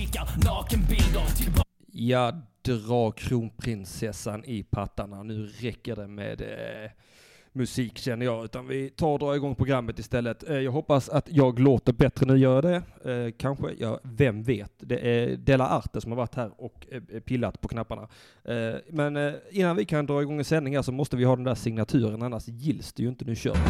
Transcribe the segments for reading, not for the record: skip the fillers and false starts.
skickar nakenbilder tillbaka. Jag drar kronprinsessan i pattarna. Nu räcker det med musik känner jag, utan vi tar och drar igång programmet istället. Jag hoppas att jag låter bättre nu, gör det. Kanske, ja, vem vet. Det är Della Arte som har varit här och pillat på knapparna. Men innan vi kan dra igång en sändning här så måste vi ha den där signaturen, annars gills det ju inte. Nu kör vi.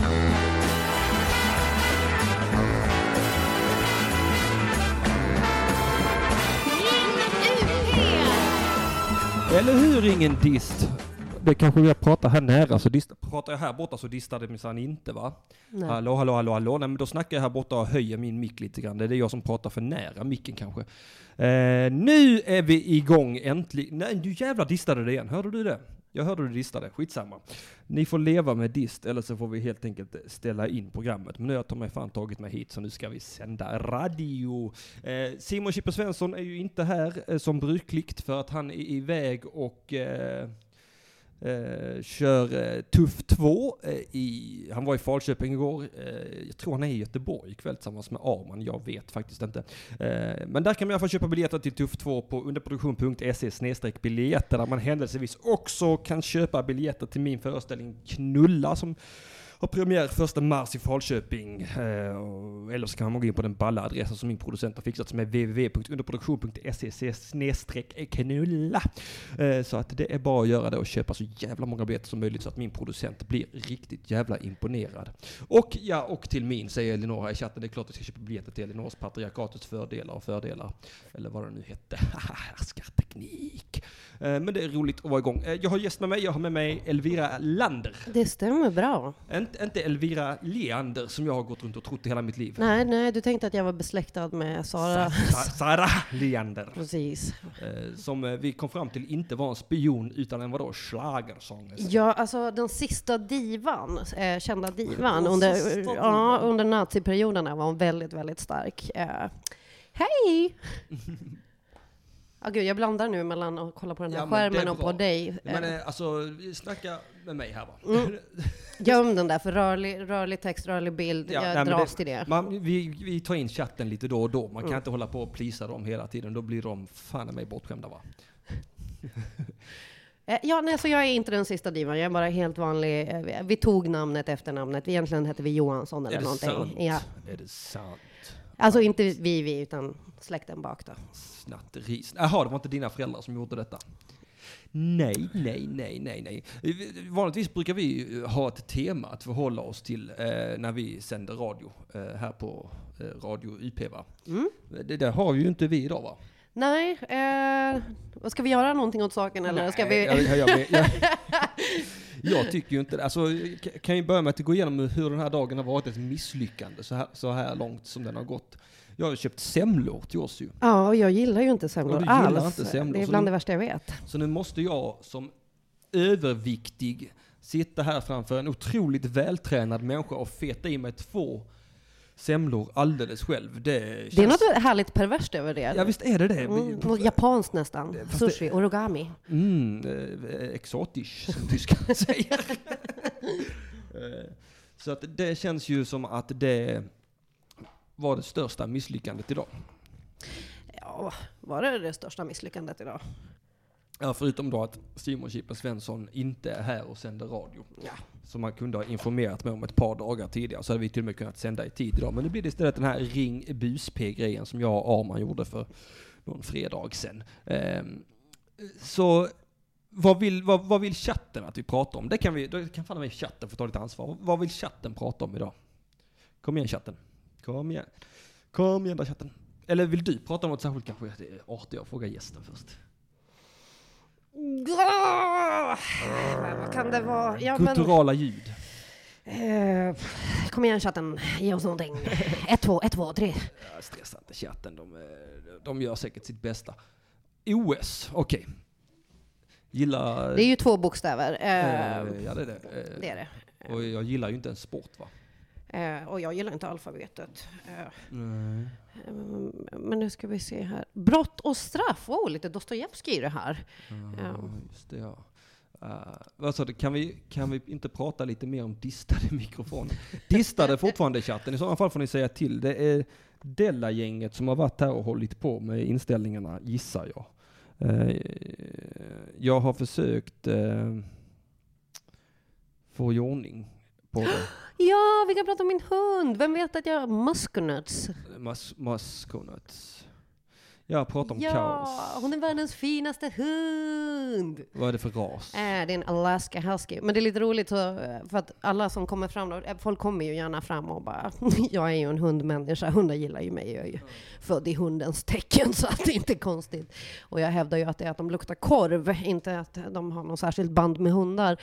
Eller hur, ingen dist? Det kanske jag pratar här nära, så pratar jag här borta så distar det minsann inte, va? Nej. Hallå. Nej, men då snackar jag här borta och höjer min mick lite grann. Det är jag som pratar för nära micken kanske. Nu är vi igång äntligen. Nej, du jävla distade det igen. Hörde du det? Jag hörde du distade. Skitsamma. Ni får leva med dist, eller så får vi helt enkelt ställa in programmet. Men nu har jag tagit mig hit, så nu ska vi sända radio. Simon Chippe Svensson är ju inte här som brukligt för att han är iväg och kör Tuff 2 han var i Falköping igår. Jag tror han är i Göteborg ikväll tillsammans med Arman. Jag vet faktiskt inte. Men där kan man i alla fall köpa biljetter till Tuff 2 på underproduktion.se/biljetter, där man händelsevis också kan köpa biljetter till min föreställning Knulla som har premiär 1 mars i Falköping. Eller så kan man gå in på den balla adressen som min producent har fixat, som är www.underproduktion.se/knulla. Så att det är bara att göra det och köpa så jävla många biljetter som möjligt så att min producent blir riktigt jävla imponerad. Och till min, säger Elinor här i chatten, det är klart att jag ska köpa biljetter till Elinors patriarkatets fördelar. Eller vad det nu hette. Härskarteknik. Men det är roligt att vara igång. Jag har gäst med mig. Jag har med mig Elvira Lander. Det stämmer bra. Inte Elvira Leander som jag har gått runt och trott i hela mitt liv. Nej, du tänkte att jag var besläktad med Sara. Sara Leander. Precis. Som vi kom fram till inte var en spion utan en schlagersångerska. Ja, alltså den sista divan, kända divan under naziperioderna var hon väldigt, väldigt stark. Hej! Gud, jag blandar nu mellan att kolla på den här skärmen och på dig. Men snacka med mig här, va? Göm den där, för rörlig text, rörlig bild. Jag dras till det. Vi tar in chatten lite då och då. Man kan inte hålla på och plisa dem hela tiden. Då blir de fan mig bortskämda, va? Så jag är inte den sista divan. Jag är bara helt vanlig. Vi tog namnet efter namnet. Egentligen hette vi Johansson eller någonting. Sant? Ja. Är det sant? Alltså inte vi utan släkten bak då. Snatteris. Jaha, det var inte dina föräldrar som gjorde detta? Nej. Vanligtvis brukar vi ha ett tema att förhålla oss till när vi sänder radio här på Radio UP, va? Det där har vi ju inte vi idag, va? Nej, ska vi göra någonting åt saken eller? Nej, ska vi... Jag tycker ju inte det. Alltså, kan ju börja med att gå igenom hur den här dagen har varit ett misslyckande så här långt som den har gått. Jag har köpt semlor till oss ju. Ja, och jag gillar ju inte semlor alls. Inte semlor. Det är bland det värsta jag vet. Så nu måste jag som överviktig sitta här framför en otroligt vältränad människa och feta i mig 2 semlor alldeles själv. Det är något härligt perverst över det. Ja, visst är det. Något japanskt nästan. Sushi, origami. Exotisch, som tyskarna säger. Så att det känns ju som att det var det största misslyckandet idag. Ja, var det största misslyckandet idag? Ja, förutom då att Simon Chippe Svensson inte är här och sänder radio. Ja. Som man kunde ha informerat mig om ett par dagar tidigare, så hade vi till och med kunnat sända i tid idag. Men nu blir det istället den här Ring Bus-P-grejen som jag och Arman gjorde för någon fredag sedan. Så vad vill chatten att vi pratar om? Det kan fan med chatten få ta lite ansvar. Vad vill chatten prata om idag? Kom igen, chatten. Kom igen där, chatten. Eller vill du prata om något särskilt kanske? Det är artigt att fråga gästen först. Vad kan det vara? Gutturala ljud. Kom igen, chatten. Ge oss någonting. 1, 2, 3. Stressa inte chatten. De gör säkert sitt bästa. OS, okej. Gillar... Det är ju 2 bokstäver. Ja, det är det. Det är det. Och jag gillar ju inte en sport, va? Och jag gillar inte alfabetet. Men nu ska vi se här. Brott och straff. Lite Dostojevskij i det här. Just det, ja. Vad sa du? Kan vi inte prata lite mer om distade mikrofoner? Distade fortfarande i chatten. I sådana fall får ni säga till. Det Della-gänget som har varit här och hållit på med inställningarna, gissar jag. Jag har försökt få i ordning på det. Ja, vi kan prata om min hund. Vem vet att jag... Musconuts. Musconuts. Jag pratar om kaos. Ja, hon är världens finaste hund. Vad är det för ras? Det är en Alaska Husky. Men det är lite roligt för att alla som kommer fram då, folk kommer ju gärna fram och bara, jag är ju en hundmänniska, hundar gillar ju mig, jag är ju född i hundens tecken, så att det inte är konstigt. Och jag hävdar ju att det är att de luktar korv, inte att de har någon särskilt band med hundar.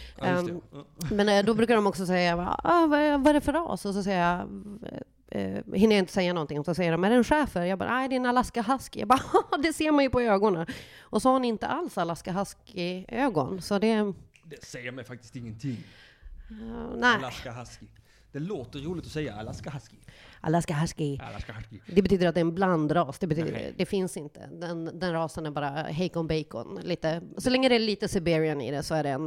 Men då brukar de också säga, vad är det för ras? Och så säger jag, hinner jag inte säga någonting, och så säger de, är det en schäfer? Jag bara, nej, det är en Alaska Husky. Jag bara, det ser man ju på ögonen. Och så har ni inte alls Alaska Husky-ögon. Så det säger mig faktiskt ingenting. Nej. Alaska Husky. Det låter roligt att säga Alaska Husky. Alaska Husky. Alaska Husky. Det betyder att det är en blandras. Det betyder, det finns inte. Den rasen är bara Hakon Bacon. Lite, så länge det är lite Siberian i det så är det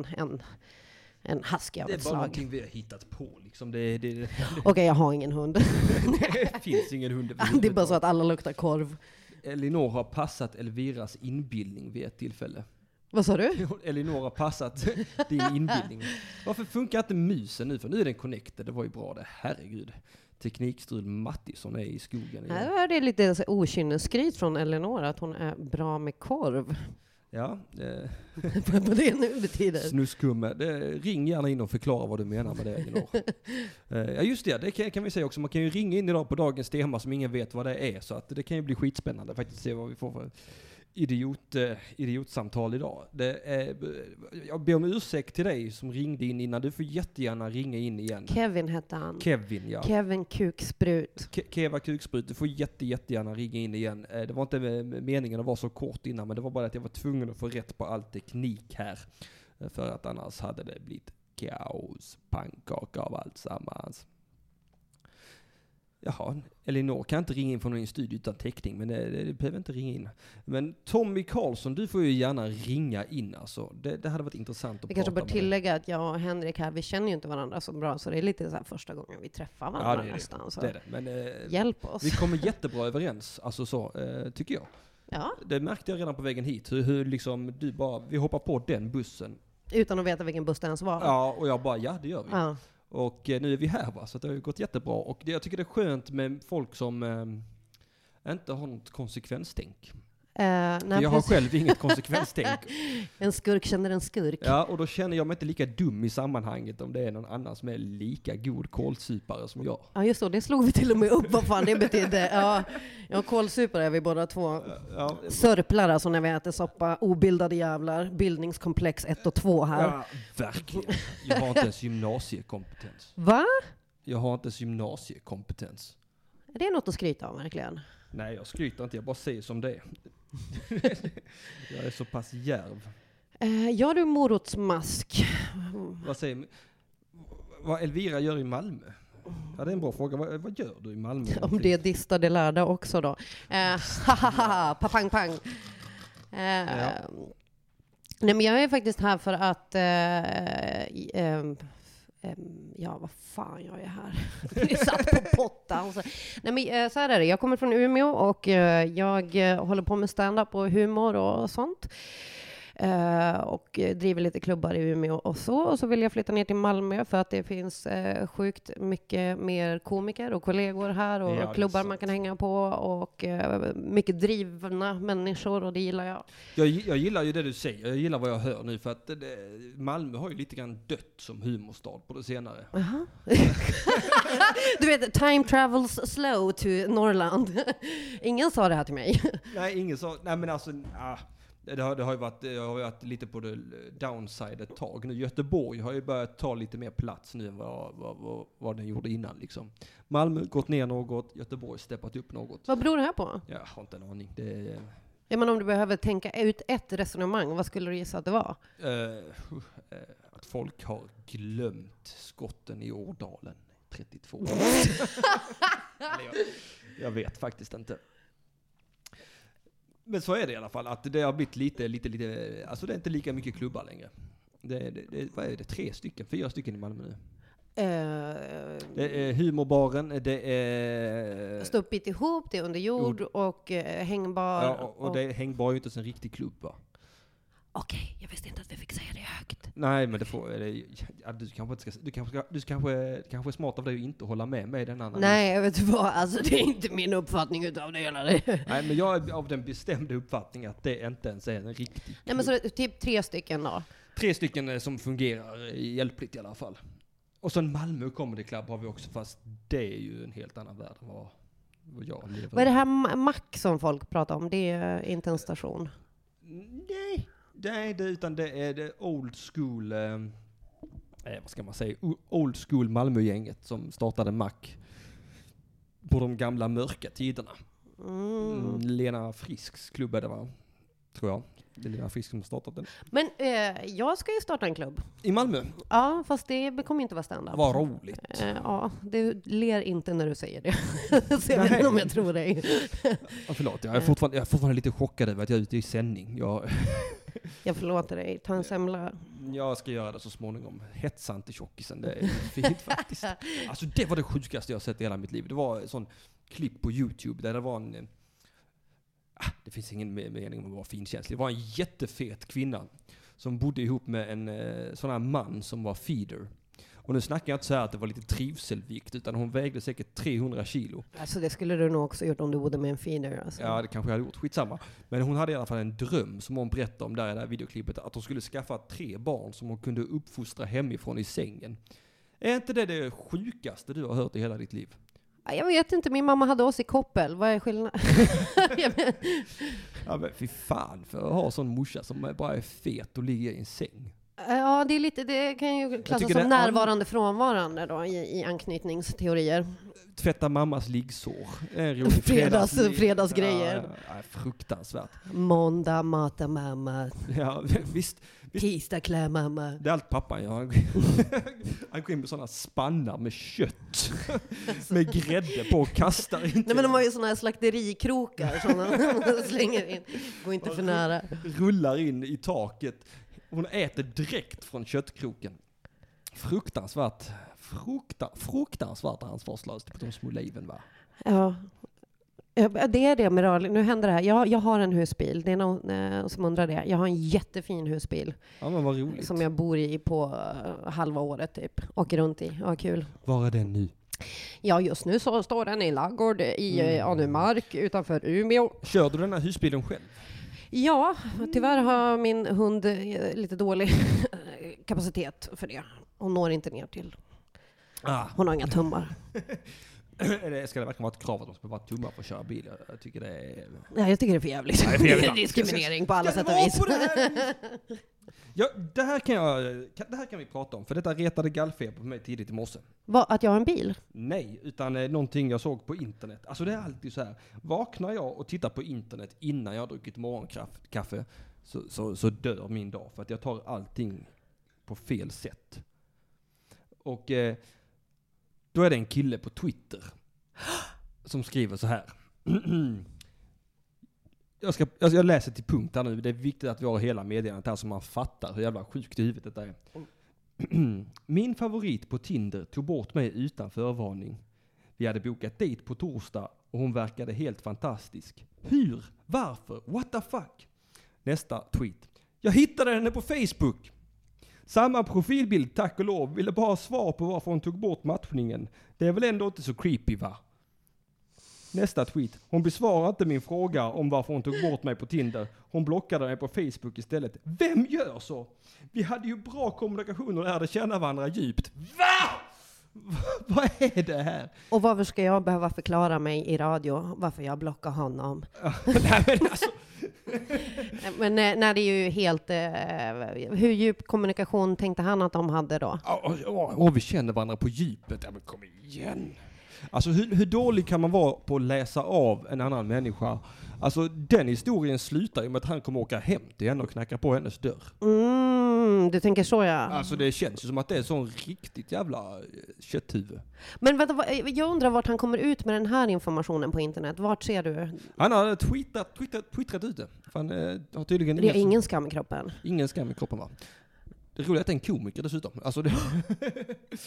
en husky av ett slag. Det är bara någonting vi har hittat på. Liksom. Okej, jag har ingen hund. Det finns ingen hund. Det är bara så att alla luktar korv. Elinor har passat Elviras inbildning vid ett tillfälle. Vad sa du? Elinor har passat din inbildning. Varför funkar inte musen nu? För nu är den connected. Det var ju bra det. Herregud. Teknikstrul Mattisson är i skogen. Här är det lite okynnesskryt från Elinor att hon är bra med korv. Ja. Vad det nu betyder. Snuskumme. Ring gärna in och förklara vad du menar med det, Elinor. Ja, just det kan vi säga också. Man kan ju ringa in idag på dagens tema som ingen vet vad det är. Så att det kan ju bli skitspännande faktiskt se vad vi får för idiotsamtal idag. Jag ber om ursäkt till dig som ringde in innan. Du får jättegärna ringa in igen. Kevin hette han. Kevin, ja. Kevin Kuksprut. Keva Kuksprut, du får jättegärna ringa in igen. Det var inte meningen att vara så kort innan, men det var bara att jag var tvungen att få rätt på all teknik här. För att annars hade det blivit kaos, pannkaka av allt sammans. Jaha, Elinor kan inte ringa in från en studio utan täckning, men det behöver inte ringa in. Men Tommy Karlsson, du får ju gärna ringa in alltså. Det hade varit intressant att prata med. Jag kanske bör tillägga att jag och Henrik här, vi känner ju inte varandra så bra, så det är lite så här första gången vi träffar varandra nästan. Så det är det. Men, hjälp oss. Vi kommer jättebra överens, alltså så, tycker jag. Ja. Det märkte jag redan på vägen hit, hur liksom vi hoppar på den bussen. Utan att veta vilken buss det ens var. Ja, och jag bara, ja det gör vi. Ja. Och nu är vi här va, så det har ju gått jättebra. Och jag tycker det är skönt med folk som inte har något konsekvenstänk. Jag har själv inget konsekvenstänk. En skurk känner en skurk. Ja, och då känner jag mig inte lika dum i sammanhanget om det är någon annan som är lika god kolsupare som jag. Ja, just det slog vi till och med upp vad fan det betyder. Ja, kolsupare är vi båda två. Ja. Sörplar alltså när vi äter soppa. Obildade jävlar. Bildningskomplex 1 och 2 här. Ja, verkligen. Jag har inte ens gymnasiekompetens. Va? Jag har inte ens gymnasiekompetens. Är det något att skryta om verkligen? Nej, jag skryter inte. Jag bara säger som det är. Jag är så pass djärv. Gör du morotsmask? Vad säger vad Elvira gör i Malmö? Ja, det är en bra fråga. Vad gör du i Malmö? Om det distar det lärda också då. Papang pang. Nej, men jag är faktiskt här för att ja, vad fan jag är här. Vi satt på pottan. Nej, men så här är det. Jag kommer från Umeå och jag håller på med stand-up och humor och sånt. Och driver lite klubbar i Umeå och så vill jag flytta ner till Malmö för att det finns sjukt mycket mer komiker och kollegor här och klubbar man kan hänga på och mycket drivna människor och det gillar jag. Jag gillar ju det du säger. Jag gillar vad jag hör nu för att Malmö har ju lite grann dött som humorstad på det senare. Du vet, time travels slow to Norrland. Ingen sa det här till mig. Nej, ingen sa. Nej, men alltså det har ju varit lite på det downside ett tag. Nu Göteborg har ju börjat ta lite mer plats nu än vad den gjorde innan liksom. Malmö gått ner något, Göteborg steppat upp något. Vad beror det här på? Jag har inte en aning. Ja, men om du behöver tänka ut ett resonemang, vad skulle du gissa att det var? Att folk har glömt skotten i Årdalen 32. jag vet faktiskt inte. Men så är det i alla fall, att det har blivit lite, alltså det är inte lika mycket klubbar längre. Vad är det, 4 stycken i Malmö nu? Det är humorbaren, det är... Stå upp ihop, det är under jord och hängbar. Ja, och det är hängbar ju inte en riktig klubb, va? Okej, jag visste inte att vi fick säga det högt. Nej, men det får... du kanske inte ska... Du kanske är smart av dig att inte hålla med mig den andra. Nej, jag vet inte vad. Alltså det är inte min uppfattning utav det hela. Nej, men jag är av den bestämda uppfattningen att det inte ens är en riktig klubb. Nej, men så det är typ 3 stycken då? 3 stycken som fungerar hjälpligt i alla fall. Och så en Malmö Comedy Club har vi också, fast det är ju en helt annan värld än vad jag lever. Vad är det här Mac som folk pratar om? Det är inte en station? Nej, utan det är det old school, vad ska man säga, old school Malmö-gänget som startade Mac på de gamla mörka tiderna. Lena Frisks klubb är det, va? Tror jag. Det är Lena Frisk som har startat den. Men jag ska ju starta en klubb. I Malmö? Ja, fast det kommer inte vara stand-up. Vad roligt. Ja, du ler inte när du säger det. Så jag vet inte om jag tror dig. Ja, förlåt, jag är fortfarande lite chockad över att jag är ute i sändning. Jag förlåter dig. Ta en semla. Jag ska göra det så småningom. Hetsa inte tjockisen, det är fint faktiskt. Alltså det var det sjukaste jag har sett i hela mitt liv. Det var en sån klipp på YouTube där det var en... det finns ingen mening om att vara finkänslig. Det var en jättefet kvinna som bodde ihop med en sån här man som var feeder. Och nu snackar jag inte så här att det var lite trivselvikt, utan hon vägde säkert 300 kilo. Alltså det skulle du nog också gjort om du bodde med en feeder. Alltså. Ja, det kanske jag hade gjort. Skitsamma. Men hon hade i alla fall en dröm som hon berättade om där i det här videoklippet. Att hon skulle skaffa 3 barn som hon kunde uppfostra hemifrån i sängen. Är inte det sjukaste du har hört i hela ditt liv? Jag vet inte, min mamma hade oss i koppel. Vad är skillnaden? Ja, men fy fan för att ha sån morsa som bara är fet och ligger i en säng. Ja, det kan ju klassas som närvarande frånvarande då i anknytningsteorier. Tvätta mammas liggsår. En rolig fredagsgrejer. Ja, fruktansvärt. Måndag mata mamma. Ja, visst. Tisdag klä mamma. Det är allt pappan gör. Han går in med sådana spannar med kött. Med grädde på och kastar inte. Nej, men de har ju sådana här slakterikrokar som de slänger in. Går inte för nära. Rullar in i taket. Hon äter direkt från köttkroken. Fruktansvärt ansvarslöst på de små liven, va? Ja. Det är det med rörlig. Nu händer det här. Jag har en husbil. Det är någon som undrar det. Jag har en jättefin husbil. Ja, men vad roligt. Som jag bor i på halva året typ. Åker runt i. Ja, kul. Var är den nu? Ja, just nu så står den i ladugård i Anumark utanför Umeå. Kör du den här husbilen själv? Ja, tyvärr har min hund lite dålig kapacitet för det. Hon når inte ner till. Hon har inga tummar. Ska det verkligen vara ett krav att de ska vara tummar för att köra bil? Jag tycker det är... Nej, jag tycker det är för jävligt. Nej, det är diskriminering på alla sätt och vis. Ja, det här kan vi prata om, för detta retade gallfeber på mig tidigt i morse. Att jag har en bil? Nej, utan någonting jag såg på internet. Alltså det är alltid så här. Vaknar jag och tittar på internet innan jag har druckit morgonkaffe så dör min dag. För att jag tar allting på fel sätt. Och då är det en kille på Twitter som skriver så här. Jag läser till punkt här nu. Det är viktigt att vi har hela meddelandet här så man fattar hur jävla sjukt i huvudet detta är. Min favorit på Tinder tog bort mig utan förvarning. Vi hade bokat dejt på torsdag och hon verkade helt fantastisk. Hur? Varför? What the fuck? Nästa tweet. Jag hittade henne på Facebook. Samma profilbild, tack och lov. Ville bara ha svar på varför hon tog bort matchningen. Det är väl ändå inte så creepy, va? Nästa tweet. Hon besvarar inte min fråga om varför hon tog bort mig på Tinder. Hon blockade mig på Facebook istället. Vem gör så? Vi hade ju bra kommunikation och lärde känna varandra djupt. Va? Vad är det här? Och varför ska jag behöva förklara mig i radio varför jag blockar honom? Nej, men alltså... Men när det är ju helt... hur djup kommunikation tänkte han att de hade då? Vi känner varandra på djupet. Ja, men kom igen. Alltså hur dålig kan man vara på att läsa av en annan människa? Alltså den historien slutar ju med att han kommer åka hem till henne och knacka på hennes dörr. Du tänker så, ja. Alltså det känns ju som att det är sån riktigt jävla kötthuvud. Men vänta, jag undrar vart han kommer ut med den här informationen på internet. Vart ser du? Han har twittrat ut det. Han har tydligen det är ingen skam i kroppen. Ingen skam i kroppen, va? Det roliga är att det är en komiker dessutom. Alltså det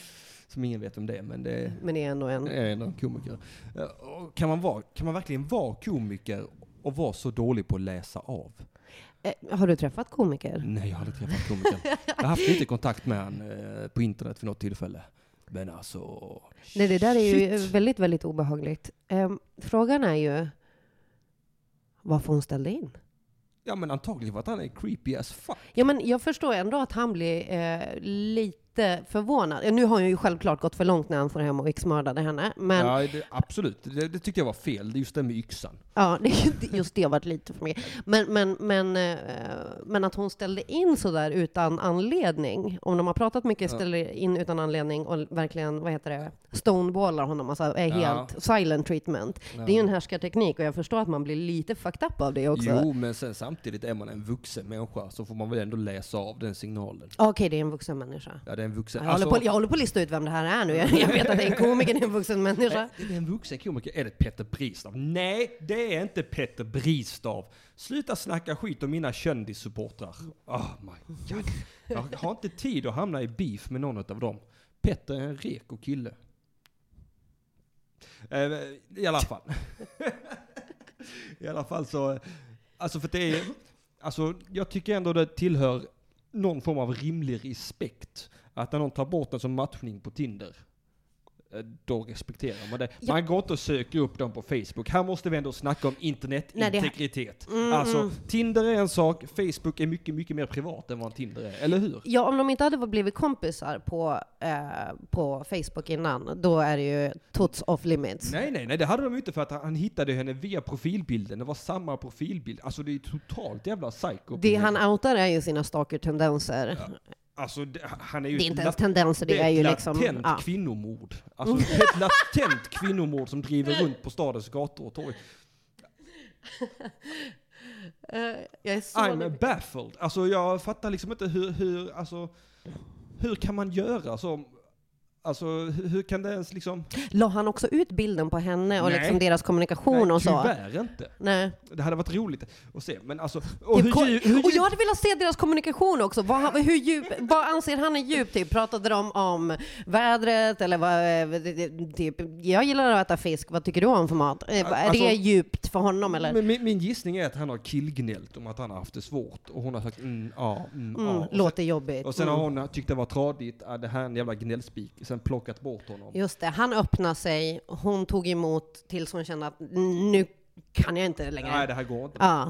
som ingen vet om det är, men det är ändå en komiker. Kan man verkligen vara komiker och vara så dålig på att läsa av? Har du träffat komiker? Nej, jag har aldrig träffat komiker. Jag har haft lite kontakt med han på internet för något tillfälle. Men alltså... Nej, det där är ju väldigt, väldigt obehagligt. Frågan är ju varför hon ställde in. Ja, men antagligen för att han är creepy as fuck. Ja, men jag förstår ändå att han blir lite förvånad. Nu har han ju självklart gått för långt när han får hem och yxmördade henne. Men... Ja, absolut. Det tyckte jag var fel. Det är just det med yxan. Ja, just det har varit lite för mycket. Men att hon ställde in så där utan anledning. Om de har pratat mycket, ställer in utan anledning och verkligen, stoneballar honom. Alltså är helt silent treatment. Ja. Det är ju en härskarteknik och jag förstår att man blir lite fucked up av det också. Jo, men sen samtidigt är man en vuxen människa så får man väl ändå läsa av den signalen. Okej, det är en vuxen människa. Ja, det är en vuxen. Jag håller på att lista ut vem det här är nu. Jag vet att det är en komiker, det är en vuxen människa. Det är en vuxen komiker. Är det Petter Bristav? Nej, det är inte Petter Bristav. Sluta snacka skit om mina kändissupportrar. Oh my god. Jag har inte tid att hamna i beef med någon av dem. Petter är en reko kille. I alla fall. I alla fall så... Alltså för det är... Alltså jag tycker ändå det tillhör någon form av rimlig respekt att när någon tar bort en som matchning på Tinder, då respekterar man det. Man går inte och söker upp dem på Facebook. Här måste vi ändå snacka om internetintegritet. Alltså, Tinder är en sak, Facebook är mycket, mycket mer privat än vad Tinder är, eller hur? Ja, om de inte hade blivit kompisar på Facebook innan, då är det ju tots off limits. Nej, det hade de inte för att han hittade henne via profilbilden. Det var samma profilbild. Alltså det är totalt jävla psycho. Det han outar är ju sina stalker-tendenser. Ja. Alltså, han är ju det är inte ens tendenser, det är ju liksom... Det är ett latent kvinnomord. Alltså ett latent kvinnomord som driver runt på stadens gator och torg. I'm baffled. Alltså jag fattar liksom inte hur kan man göra så? Alltså hur kan det ens liksom... La han också ut bilden på henne och liksom deras kommunikation och så? Tyvärr inte. Nej. Det hade varit roligt att se. Men alltså, och jag hade velat se deras kommunikation också. Vad anser han är djup? Typ? Pratade de om vädret? Eller typ, jag gillar att äta fisk. Vad tycker du om för mat? Är det djupt för honom? Eller? Min gissning är att han har killgnällt om att han har haft det svårt. Och hon har sagt låter jobbigt. Och sen har hon tyckt det var tradigt. Det här är en jävla gnällspik. Sen plockat bort honom. Just det, han öppnade sig. Hon tog emot tills hon kände att nu kan jag inte längre. Nej, det här går inte. Ja.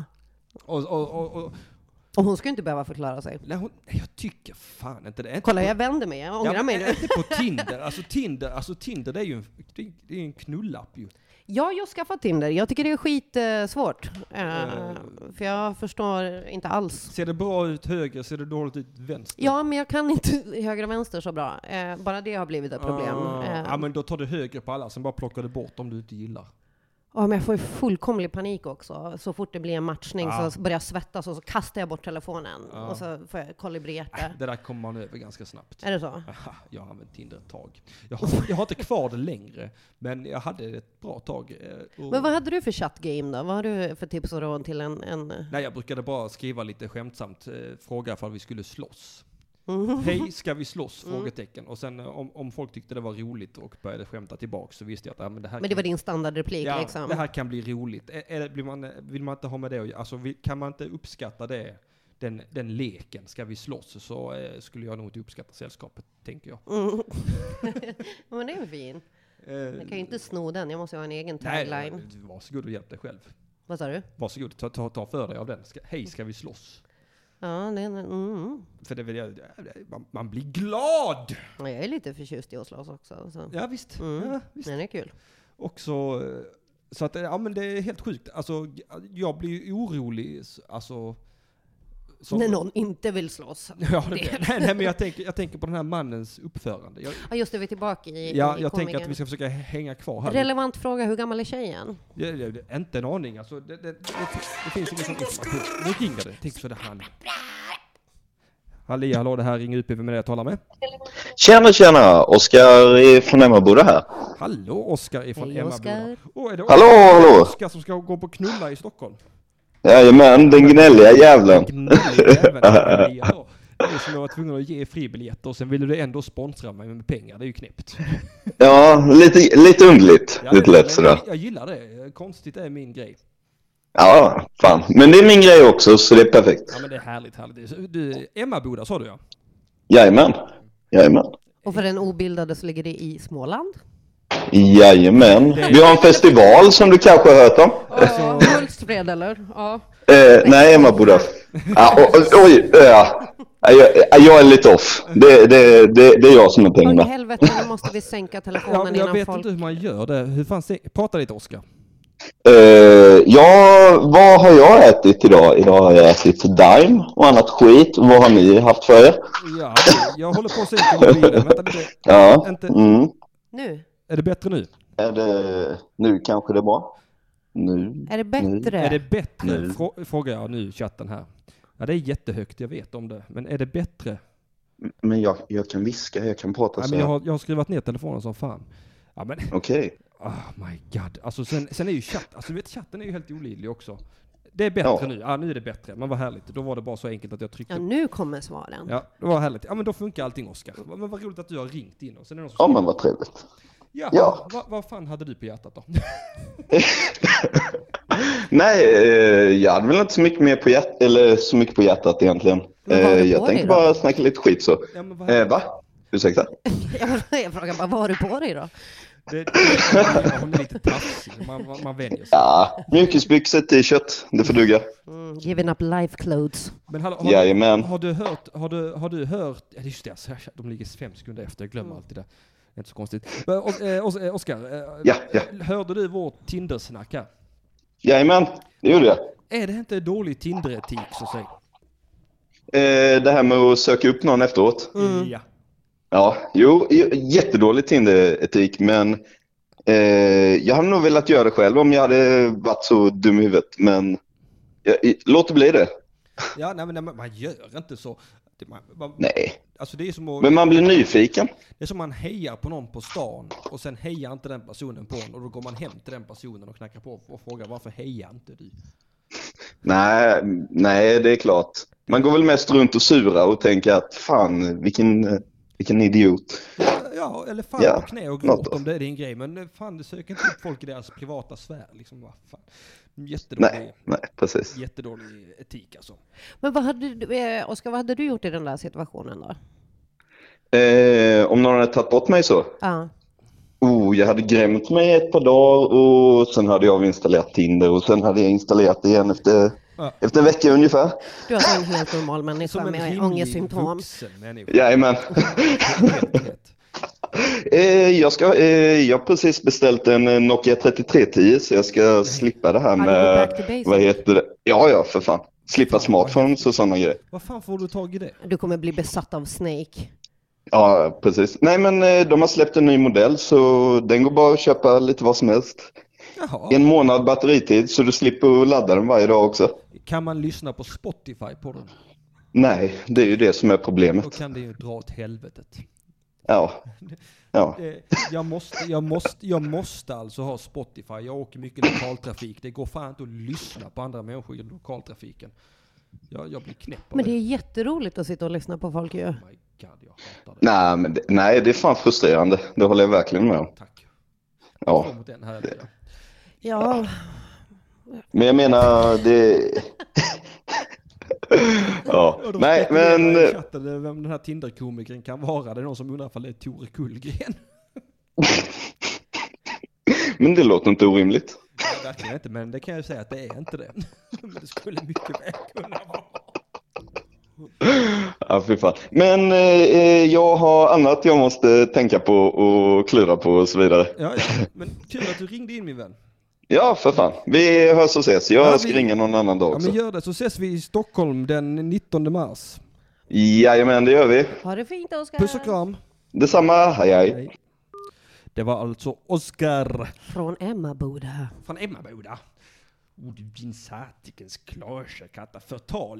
Och hon ska inte behöva förklara sig. Nej, jag tycker fan inte det. Kolla, jag vänder mig. Jag ångrar mig. Inte på Tinder. Alltså Tinder det är ju en knullapp ju. Ja, jag har skaffat Tinder. Jag tycker det är skitsvårt. För jag förstår inte alls. Ser det bra ut höger, ser det dåligt ut vänster? Ja, men jag kan inte höger och vänster så bra. Bara det har blivit ett problem. Ja, men då tar du höger på alla, sen bara plockar du bort om du inte gillar. Ja, men jag får ju fullkomlig panik också. Så fort det blir en matchning så börjar jag svettas och så kastar jag bort telefonen. Och så får jag kolibrera. Det där kommer man över ganska snabbt. Är det så? Aha, jag har använt Tinder ett tag. Jag har inte kvar det längre, men jag hade ett bra tag. Men vad hade du för chattgame då? Vad har du för tips och råd till en... Nej, jag brukade bara skriva lite skämtsamt. Fråga ifall vi skulle slåss. Hej, ska vi slåss? Frågetecken. Och sen om folk tyckte det var roligt och började skämta tillbaka så visste jag att men det här det var din standardreplik liksom. Det här kan bli roligt. Vill man inte ha med det? Alltså, kan man inte uppskatta det? Den leken, ska vi slåss? Så skulle jag nog inte uppskatta sällskapet, tänker jag. Men det är fin. Jag kan ju inte sno den, jag måste ha en egen tagline. Nej, varsågod och hjälp dig själv. Vad sa du? Varsågod, ta för dig av den. Hej, ska vi slåss? Ja, för det vill man blir glad. Jag är lite förtjust i att slåss också. Så. Ja, visst. Ja, visst. Den är kul. Och så att men det är helt sjukt. Alltså jag blir orolig. Alltså när någon inte vill slåss. Ja, nej, men jag tänker på den här mannens uppförande. Ja, just det, vi är tillbaka i jag tänker att vi ska försöka hänga kvar här. Relevant fråga, hur gammal är tjejen? Inte en aning. Alltså, det finns ingen sån information. Nu ringer det. Tänk så det han. Hallå, det här ringer upp. Vem är det jag talar med? Tjena, Oskar från Emmaboda här. Hallå, Oskar från Emmaboda. Är det hallå. Oskar som ska gå på knulla i Stockholm? Jajamän, den gnälliga jävlen. det som jag var tvungen att ge fribiljetter och sen ville du ändå sponsra mig med pengar. Det är ju knäppt. Ja, lite underligt. Ja, lite lätt sådär. Jag gillar det. Konstigt är min grej. Ja, fan. Men det är min grej också, så det är perfekt. Ja, men det är härligt. Du, Emmaboda sa du, ja? Jajamän. Och för den obildade så ligger det i Småland. Jajamän. Vi har en festival som du kanske har hört om. Ja, Hultsfred eller? Ja. Nej, Emmaboda. Oj, jag är lite off. Det är jag som är Åh, pengarna. helvete, nu måste vi sänka telefonen Jag innan vet folk... inte hur man gör det. Hur fan prata lite, Oskar. Vad har jag ätit idag? Idag har jag ätit Daim och annat skit. Vad har ni haft för er? Ja, jag håller på att sänka mobilen. Vänta lite. Ja. Inte... Nu? Är det bättre nu? Nu kanske det är bra. Nu. Är det bättre? Är det bättre? Frågar jag nu i chatten här. Ja, det är jättehögt, jag vet om det. Men är det bättre? Men jag kan viska, jag kan prata så. Men jag har skrivit ner telefonen som fan. Ja, men... Okej. Oh my god. Alltså sen är ju chatten är ju helt olidlig också. Det är bättre nu. Ja, nu är det bättre. Men vad härligt. Då var det bara så enkelt att jag tryckte. Ja, nu kommer svaren. Ja, det var härligt. Ja, men då funkar allting, Oskar. Men vad roligt att du har ringt in. Och sen är det någon Ja, men vad trevligt. Ja. Vad fan hade du på hjärtat då? Nej, jag hade väl inte så mycket mer på hjärtat, eller så mycket på hjärtat egentligen. Jag tänkte bara snacka lite skit så. Ja, men va? Ursäkta? Jag frågar bara, vad har du på dig då? Hon är lite taffsig. Man vänjer sig. Ja, mjukisbyxor, t-shirt, det får duga. Giving up life clothes. Men har du hört, ja, just det, de ligger 5 sekunder efter, jag glömmer alltid det. Det är inte så konstigt. Oskar, ja. Hörde du vårt Tinder-snack här? Jajamän, det gjorde jag. Är det inte dålig Tinder-etik, så säg? Det här med att söka upp någon efteråt. Ja. Ja, jättedålig Tinder-etik, men jag hade nog velat göra det själv om jag hade varit så dum i huvudet, men låt det bli det. Ja, nej, men man gör inte så. Nej. Alltså det är som att, men man blir nyfiken. Det är som man hejar på någon på stan och sen hejar inte den personen på en och då går man hem till den personen och knackar på och frågar varför hejar inte du? Nej, det är klart. Man går väl mest runt och sura och tänker att fan, vilken idiot. Ja, eller fan på knä och gråt om det är din grej. Men fan, du söker inte upp folk i deras privata sfär. Liksom, vad fan. Jättedålig, nej, precis. Jättedålig etik alltså. Men Oskar, vad hade du gjort i den där situationen då? Om någon hade tagit bort mig så? Ja. Jag hade grämt mig ett par dagar och sen hade jag installerat Tinder och sen hade jag installerat det igen efter en vecka ungefär. Du är alltså en helt normal människa med ångestsymptom. Jajamän. Jag har precis beställt en Nokia 3310 så jag ska slippa det här med, vad heter det? Ja, för fan. Slippa smartphones och sådana grejer. Vad fan får du tag i det? Du kommer bli besatt av Snake. Ja, precis. Nej, men de har släppt en ny modell så den går bara att köpa lite vad som helst. Jaha. 1 månad batteritid så du slipper ladda den varje dag också. Kan man lyssna på Spotify på den? Nej, det är ju det som är problemet. Då kan det ju dra åt helvetet. Ja. Jag måste alltså ha Spotify. Jag åker mycket lokaltrafik. Det går fan inte att lyssna på andra människor i lokaltrafiken. Jag blir knäpp av Men det är jätteroligt att sitta och lyssna på folk ju. Oh my god, jag hatar det. Nej, det är fan frustrerande. Det håller jag verkligen med om. Tack. Ja. Ja. Men jag menar, det... ja. Nej, men... Chatten, vem den här Tinder-komikern kan vara. Det är någon som undrar ifall det är Tore Kullgren. Men det låter inte orimligt. Nej, verkligen inte, men det kan jag säga att det är inte det. Men det skulle mycket väl kunna vara. Ja, fy fan. Men jag har annat jag måste tänka på och klura på och så vidare. Ja, men kul att du ringde in, min vän. Ja, för fan. Vi hörs och ses. Jag ska ringa någon annan dag också. Ja, men gör det, så ses vi i Stockholm den 19 mars. Jajamän, det gör vi. Ha det fint, Oskar. Puss och kram. Detsamma, hej. Det var alltså Oskar. Från Emmaboda. Din satikens klarsekatta förtal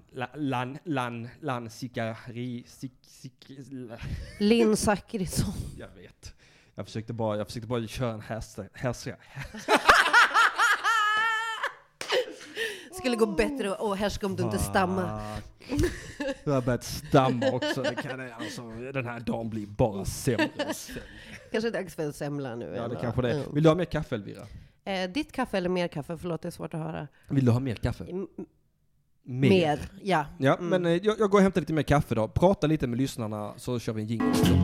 Linn Zachrisson. Jag vet. Jag försökte bara köra en Skulle gå bättre och härska om du inte stammar. Du har börjat stamma också. Det kan, alltså, den här dagen blir bara sämre. Kanske dags för en semla nu. Ja, det kanske det. Vill du ha mer kaffe, Elvira? Ditt kaffe eller mer kaffe? Förlåt, det är svårt att höra. Vill du ha mer kaffe? Mer, ja. Ja, men jag går och hämtar lite mer kaffe då. Prata lite med lyssnarna så kör vi en jingle också.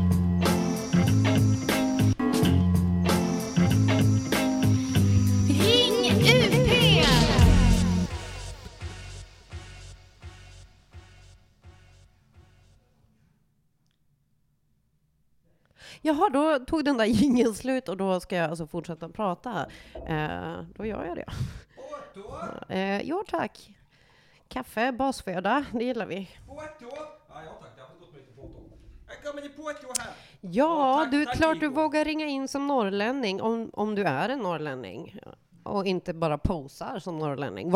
Ring UP! Jaha, då tog den där jingeln slut och då ska jag alltså fortsätta prata. Då gör jag det. Ja, tack. Kaffe, basföda, det gillar vi. Ja, du klart du vågar ringa in som norrlänning om du är en norrlänning och inte bara posar som norrlänning.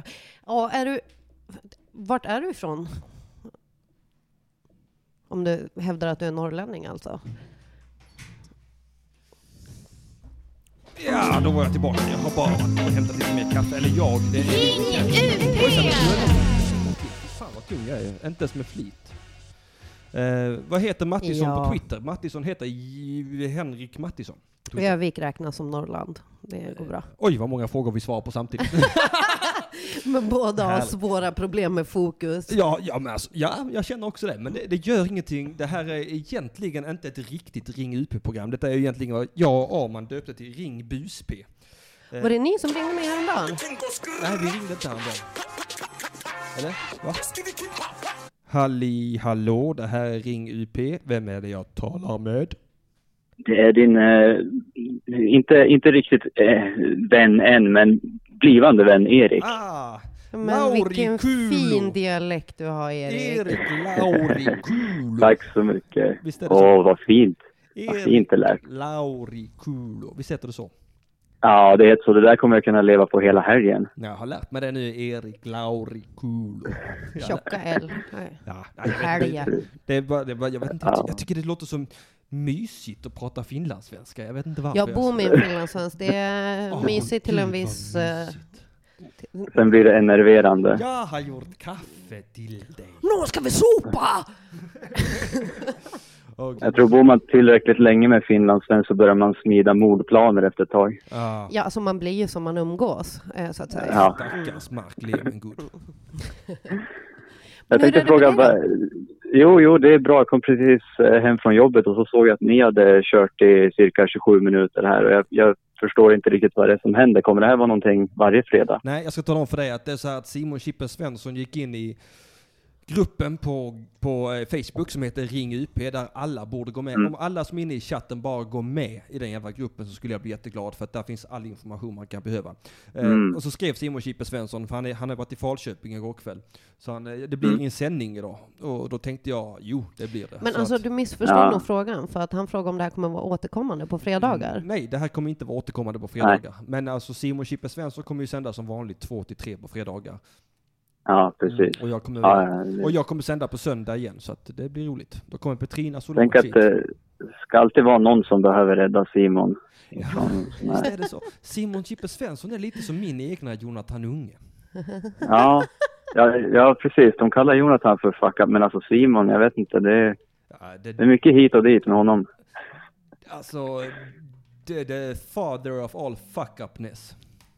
Vart är du ifrån? Om du hävdar att du är norrlänning alltså. Ja, då var jag tillbaka. Jag har bara varit och hämtat lite mer kaffe. Eller jag. Det är Ring UP! Fan vad tung jag är. Inte ens med flit. Vad heter Mattisson på Twitter? Mattisson heter Henrik Mattisson. Övik räknas som Norrland. Det går bra. Oj, vad många frågor vi svarar på samtidigt. Men båda har svåra problem med fokus. Ja, men alltså, jag känner också det. Men det gör ingenting. Det här är egentligen inte ett riktigt Ring UP-program. Detta är egentligen vad jag och Arman döpte till Ring BUSP. Var det ni som ringde mig häromdagen? Nej, vi ringde inte häromdagen. Eller? Va? Hallå, det här är Ring UP. Vem är det jag talar med? Det är din, inte riktigt vän än, men blivande vän Erik. Men Lauri vilken Kulo. fin dialekt du har, Erik. Lauri Kulo. Tack så mycket. Visst är det så? Vad fint. Vad fint det lät. Lauri Kulo. Visst heter det så? Ja, det är så. Det där kommer jag kunna leva på hela helgen. Jag har lärt mig det nu, Erik Lauri Kulo. Tjocka L. Ja, Helga. jag vet inte. Jag tycker det låter som mysigt att prata finlandssvenska. Jag vet inte varför. Jag bor med en finlandssvensk. Det är mysigt till en viss... Sen blir det enerverande. Jag har gjort kaffe till dig. Nu ska vi sopa! Jag tror bor man tillräckligt länge med finlandssvensk så börjar man smida mordplaner efter ett tag. Ja, alltså man blir ju som man umgås, så att säga. Ja. Stackars Mark Levengood. Jag tänkte fråga, jo, det är bra. Jag kom precis hem från jobbet och så såg jag att ni hade kört i cirka 27 minuter här. Och jag förstår inte riktigt vad det är som händer. Kommer det här vara någonting varje fredag? Nej, jag ska tala om för dig att det är så här att Simon Chippen Svensson gick in i gruppen på Facebook som heter Ring UP där alla borde gå med. Om alla som är inne i chatten bara går med i den jävla gruppen så skulle jag bli jätteglad för att där finns all information man kan behöva. Och så skrev Simon Chippen Svensson, för han har varit i Falköping igår kväll. Så det blir ingen sändning idag. Och då tänkte jag, jo det blir det. Men så alltså att, du missförstår nog frågan, för att han frågar om det här kommer vara återkommande på fredagar. Nej, det här kommer inte vara återkommande på fredagar. Men alltså Simon Chippen Svensson kommer ju sända som vanligt 2-3 på fredagar. Ja, precis. Och jag kommer sända på söndag igen, så att det blir roligt. Då kommer Petrina Solon. Tänk att det ska alltid vara någon som behöver rädda Simon. Ja, visst är det så. Simon Chippe Svensson är lite som min egna Jonathan Unge. Ja, precis. De kallar Jonathan för fuck up, men alltså Simon, jag vet inte. Det är mycket hit och dit med honom. Alltså, the father of all fuck-upness.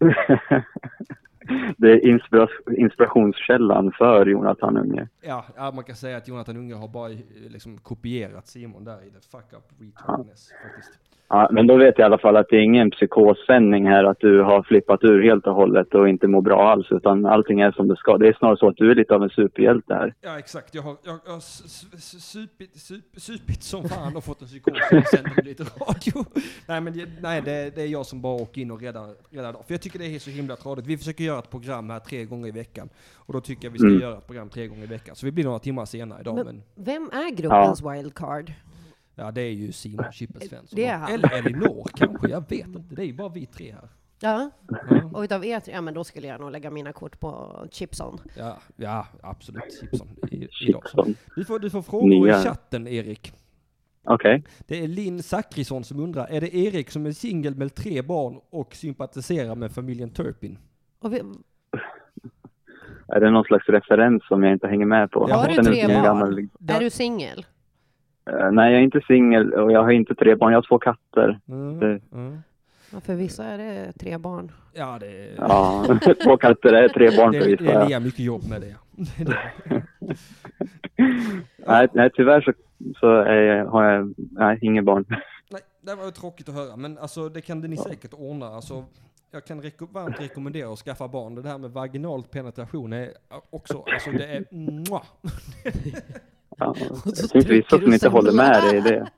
Det är inspirationskällan för Jonathan Unge. Ja, man kan säga att Jonathan Unge har bara liksom kopierat Simon där i the fuck-up retardness faktiskt. Ja, men då vet jag i alla fall att det är ingen psykossändning här, att du har flippat ur helt och hållet och inte mår bra alls, utan allting är som det ska. Det är snarare så att du är lite av en superhjälte här. Ja, exakt. Jag har supit som fan och fått en psykos och sänder lite radio. Nej, det är jag som bara åker in och räddar dag. För jag tycker det är så himla tradigt. Vi försöker göra ett program här 3 gånger i veckan. Och då tycker jag vi ska göra ett program 3 gånger i veckan. Så vi blir några timmar senare idag. Men vem är gruppens wildcard? Ja, det är ju Simon Chippe Svensson. Det är han. Eller Elinor kanske, jag vet inte. Det är ju bara vi 3 här. Ja, och utav er 3, men då skulle jag nog lägga mina kort på Chipson. Ja, absolut. Chipson. Chipson. Du får frågor i chatten, Erik. Okej. Det är Linn Zachrisson som undrar, är det Erik som är singel med 3 barn och sympatiserar med familjen Turpin? Är det någon slags referens som jag inte hänger med på? Har du Sen 3 barn? gammal... Är du singel? Nej, jag är inte singel och jag har inte 3 barn. Jag har 2 katter. Ja, för vissa är det 3 barn. Ja, det är... Ja, 2 katter är 3 barn för vissa. Det är mycket jobb med det. Nej, tyvärr så har jag inga barn. Nej, det var ju tråkigt att höra. Men alltså, det kan ni säkert ordna. Alltså, jag kan varmt rekommendera att skaffa barn. Det här med vaginal penetration är också, alltså det är... Ja, det finns vissa som inte håller med dig i det.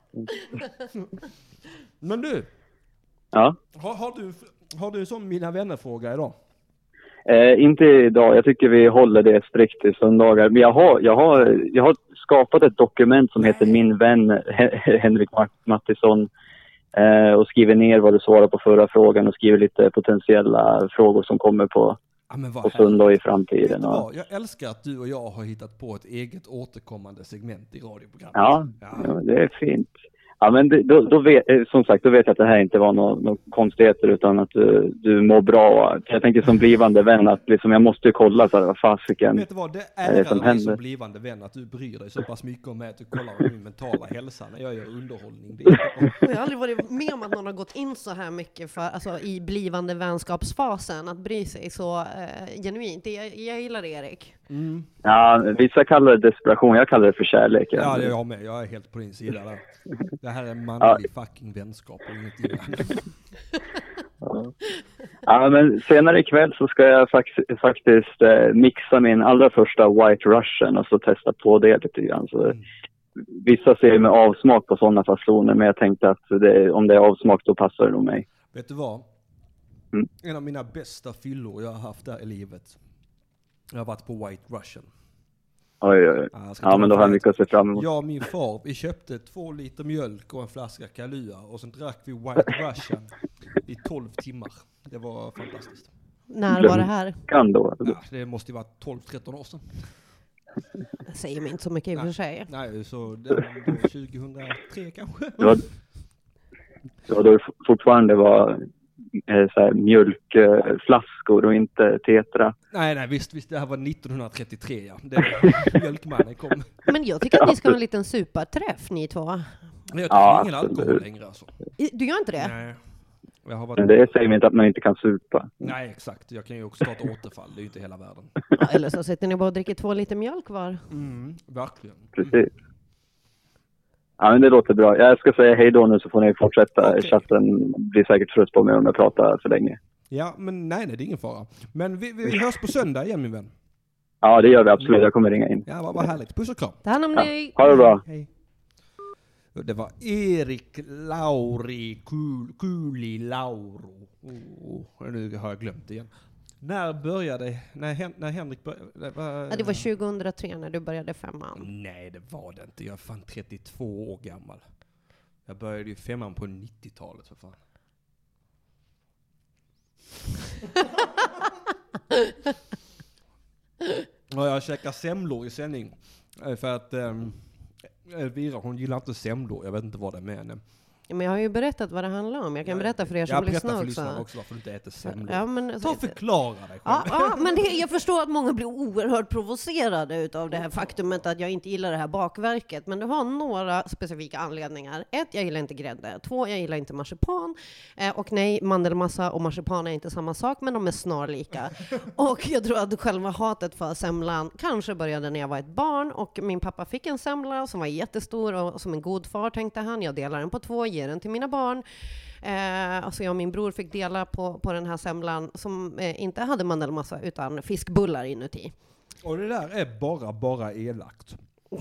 Men du, ja? har du som mina vänner-fråga idag? Inte idag. Jag tycker vi håller det strikt i söndagar. Men jag har skapat ett dokument som heter Min vän Henrik Mattisson och skriver ner vad du svarar på förra frågan och skriver lite potentiella frågor som kommer på söndag i framtiden. Jag älskar att du och jag har hittat på ett eget återkommande segment i radioprogrammet. Ja, det är fint. Ja, men då vet jag att det här inte var några konstigheter utan att du mår bra. Jag tänker som blivande vän att liksom, jag måste ju kolla så här, vad fasiken. Vet du vad, det är mig som blivande vän att du bryr dig så pass mycket om mig att du kollar på min mentala hälsa när jag gör underhållning. Jag har aldrig varit med om att någon har gått in så här mycket för, alltså, i blivande vänskapsfasen, att bry sig så genuint. Jag gillar det, Erik. Mm. Ja, vissa kallar det desperation, jag kallar det för kärlek. Ja, det är jag med. Jag är helt på din sida där. Det här är manlig fucking vänskap och inget annat. Ja, men senare ikväll så ska jag faktiskt mixa min allra första White Russian och så testa på det lite grann. Så vissa ser med avsmak på sådana fasoner, men jag tänkte att om det är avsmak då passar det nog mig. Vet du vad? En av mina bästa fyllor jag har haft där i livet. Jag har varit på White Russian. Oj. Ja, men då har jag mycket att se fram emot. Jag och min far, vi köpte 2 liter mjölk och en flaska Kahlua och sen drack vi White Russian i 12 timmar. Det var fantastiskt. När var det här? Kan då? Ja, det måste ju vara 12-13 år sedan. Det säger mig inte så mycket i och för sig. Nej, så det var 2003 kanske. Så då fortfarande var så här mjölkflaskor och inte tetra. Nej, visst, det här var 1933, ja. Mjölkmannen kom. Men jag tycker att ni ska ha en liten superträff, ni två. Men jag tycker ingen alkohol längre, alltså. Du gör inte det? Nej. Men det säger mig inte att man inte kan supa. Nej, exakt. Jag kan ju också ta ett återfall. Det är ju inte hela världen. Ja, eller så sitter ni bara och dricker 2 liter mjölk var. Verkligen. Precis. Ja, men det låter bra. Jag ska säga hej då nu så får ni fortsätta. Okay. Chatten blir säkert trött på mig om jag pratar för länge. Ja, men nej, det är ingen fara. Men vi hörs på söndag igen, min vän. Ja, det gör vi absolut. Jag kommer ringa in. Ja, vad härligt. Puss och kram. Ta hand om dig. Ha det bra. Hej. Det var Erik Lauri Kuli Lauro. Nu har jag glömt det igen. När började, när Henrik började? Det var 2003 när du började 5:an. Nej, det var det inte. Jag är fan 32 år gammal. Jag började ju 5:an på 90-talet för fan. Och jag käkar semlor i sändning. För att Elvira, hon gillar inte semlor. Jag vet inte vad det är med henne. Men jag har ju berättat vad det handlar om. Jag kan berätta för er som lyssnar också. Varför du inte äter semlor. Ja, men, ta och förklara dig själv. Ja, men jag förstår att många blir oerhört provocerade utav det här faktumet att jag inte gillar det här bakverket. Men du har några specifika anledningar. 1, jag gillar inte grädde. 2, jag gillar inte marsipan. Och nej, mandelmassa och marsipan är inte samma sak, men de är snarlika. Och jag tror att själva hatet för semlan kanske började när jag var ett barn. Och min pappa fick en semla som var jättestor och som en god far tänkte han. Jag delar den på 2, ger den till mina barn. Alltså jag och min bror fick dela på den här semlan som inte hade mandelmassa utan fiskbullar inuti. Och det där är bara elakt.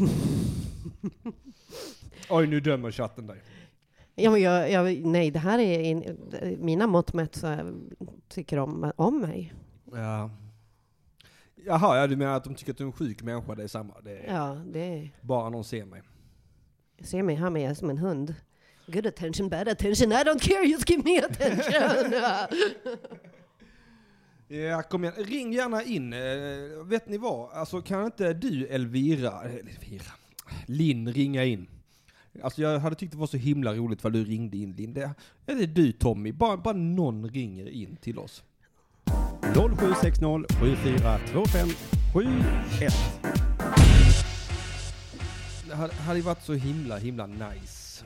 Oj, nu dömer chatten dig. Ja, men nej, det här är mina mått mätt så tycker om mig. Ja. Jaha, ja, du menar att de tycker att du är en sjuk människa, det är samma. Det är ja, det är... Bara någon ser mig. Ser mig här med som en hund. Good attention, bad attention, I don't care, just give me attention. Ja, kom igen. Ring gärna in. Vet ni vad? Alltså kan inte du, Linn, ringa in? Alltså jag hade tyckt det var så himla roligt för du ringde in, Linn. Eller du, Tommy. Bara någon ringer in till oss. 0760 7425 7-1. Det hade varit så himla nice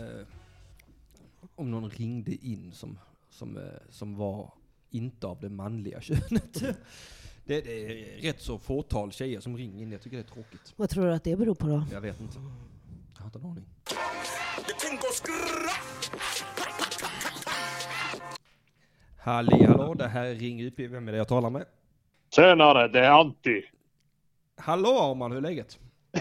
om någon ringde in som var inte av det manliga könet. Det är rätt så fåtal tjejer som ringer in. Jag tycker det är tråkigt. Vad tror du att det beror på då? Jag vet inte. Jag har inte en aning. Hallå, det här är Ring UP. Vem är det jag talar med? Tjenare, det är Antti. Hallå Arman, hur är läget?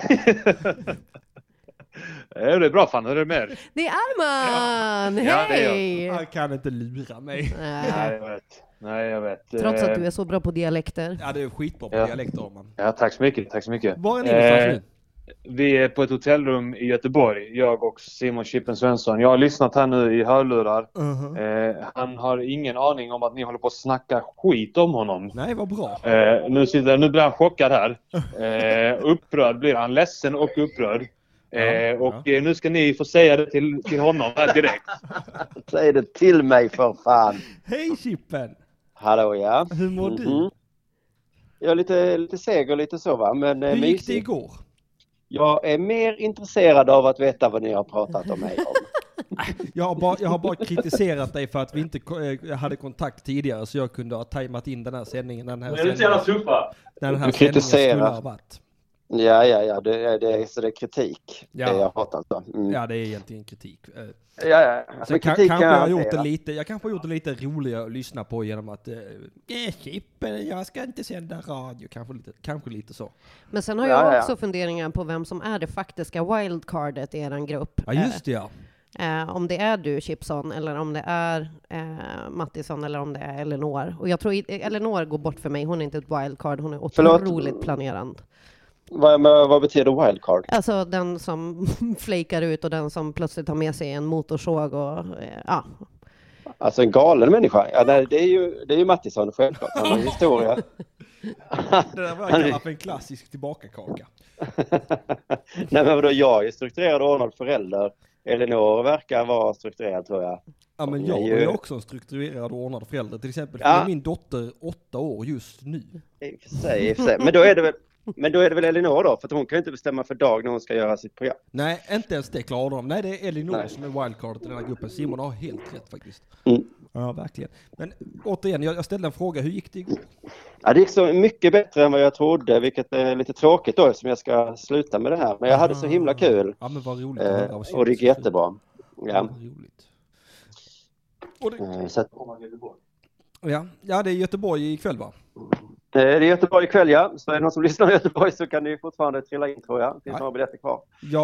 Det är bra fan, hur är det med er? Det är Arman! Ja, det är Hej! Han kan inte lura mig. Nej, jag vet. Trots att du är så bra på dialekter. Ja, det är skitbra på dialekter Arman. Ja, tack så mycket. Var är ni någonstans nu? Vi är på ett hotellrum i Göteborg, jag och Simon Chippen Svensson. Jag har lyssnat här nu i hörlurar. Han har ingen aning om att ni håller på att snacka skit om honom. Nej, vad bra. Nu blir han chockad här. Upprörd blir han, ledsen och upprörd. Nu ska ni få säga det till honom här direkt. Säg det till mig för fan. Hej Chippen! Hallå ja. Hur mår du? Jag är lite seg och lite så va. Men hur gick det igår? Jag är mer intresserad av att veta vad ni har pratat om mig om. Jag har bara kritiserat dig för att vi inte hade kontakt tidigare så jag kunde ha tajmat in den här sändningen. Den här sändningen skulle ha varit. Ja, det är kritik. Ja. Det jag pratat om. Ja, det är egentligen kritik. Ja. Så kanske jag har gjort det lite roligare att lyssna på genom att Chippen, jag ska inte sända radio. Kanske lite så. Men sen har jag också funderingar på vem som är det faktiska wildcardet i eran grupp. Ja, just det ja. Om det är du, Chipson, eller om det är Mattisson, eller om det är Elinor. Och jag tror Elinor går bort för mig. Hon är inte ett wildcard, hon är otroligt planerande. Vad betyder wildcard? Alltså den som flakar ut och den som plötsligt har med sig en motorsåg och ja. Alltså en galen människa. Ja, det är ju Mattisson självklart. Han har historia. Det där var jag kallar för en klassisk tillbakakaka. Nej men vadå, jag är strukturerad och ordnad förälder. Elinor verkar vara strukturerad tror jag. Ja men jag är också en strukturerad och ordnad förälder. Till exempel är min dotter 8 år just nu. I och för sig. Men då är det väl Elinor då? För att hon kan ju inte bestämma för dag när hon ska göra sitt program. Nej, inte ens det klarar de. Nej, det är Elinor som är wildcard i den här gruppen. Simon har helt rätt faktiskt. Ja, verkligen. Men återigen, jag ställde en fråga. Hur gick det igår? Ja, det gick så mycket bättre än vad jag trodde. Vilket är lite tråkigt då som jag ska sluta med det här. Men jag hade så himla kul. Ja, men vad roligt. Och det gick jättebra. Ja. Roligt. Och det... Så att... Ja, det är Göteborg ikväll va? Det är Göteborg ikväll ja. Så är det någon som lyssnar i Göteborg så kan ni fortfarande trilla in tror jag. Det finns några biljetter kvar.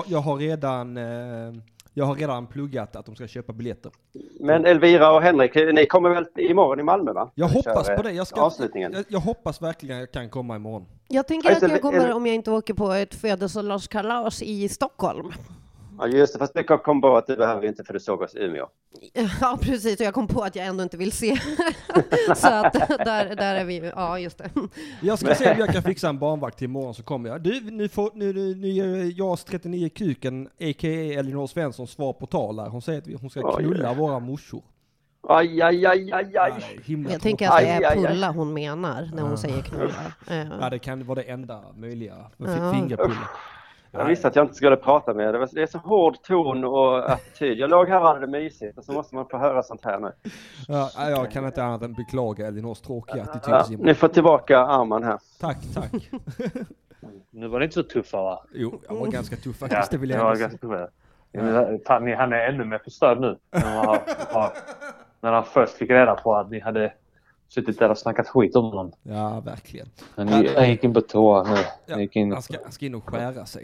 Jag har redan pluggat att de ska köpa biljetter. Men Elvira och Henrik, ni kommer väl imorgon i Malmö va? Jag hoppas på det. Avslutningen. Jag hoppas verkligen att jag kan komma imorgon. Jag tänker att jag kommer om jag inte åker på ett födelsedagskalas i Stockholm. Ja just det, fast det kom på att du behöver inte för du såg oss i Umeå. Ja precis, och jag kom på att jag ändå inte vill se. Så att där är vi, ja just det. Jag ska se om jag kan fixa en barnvakt till imorgon så kommer jag. Du, nu ger JAS 39 kuken, a.k.a. Elinor Svensson, svar på tal här. Hon säger att hon ska knulla våra morsor. Aj. Jag tänker att det är pulla hon menar när hon säger knulla. Ja, det kan vara det enda möjliga. Fingerpulla. Jag visste att jag inte skulle prata med er. Det är så hård ton och attityd. Jag låg här och hade det mysigt och så måste man få höra sånt här nu. Ja, jag kan inte annat än beklaga Elinors tråkiga attityd. Ni får tillbaka armen här. Tack. Nu var det inte så tuffa va? Jo, jag var ganska tuff faktiskt. Ja, det vill jag ganska tuffa. Fan, han är ännu mer förstörd nu. När han först fick reda på att ni hade suttit där och snackat skit om honom. Ja, verkligen. Han gick in på toa nu. Ja, han ska in och skära sig.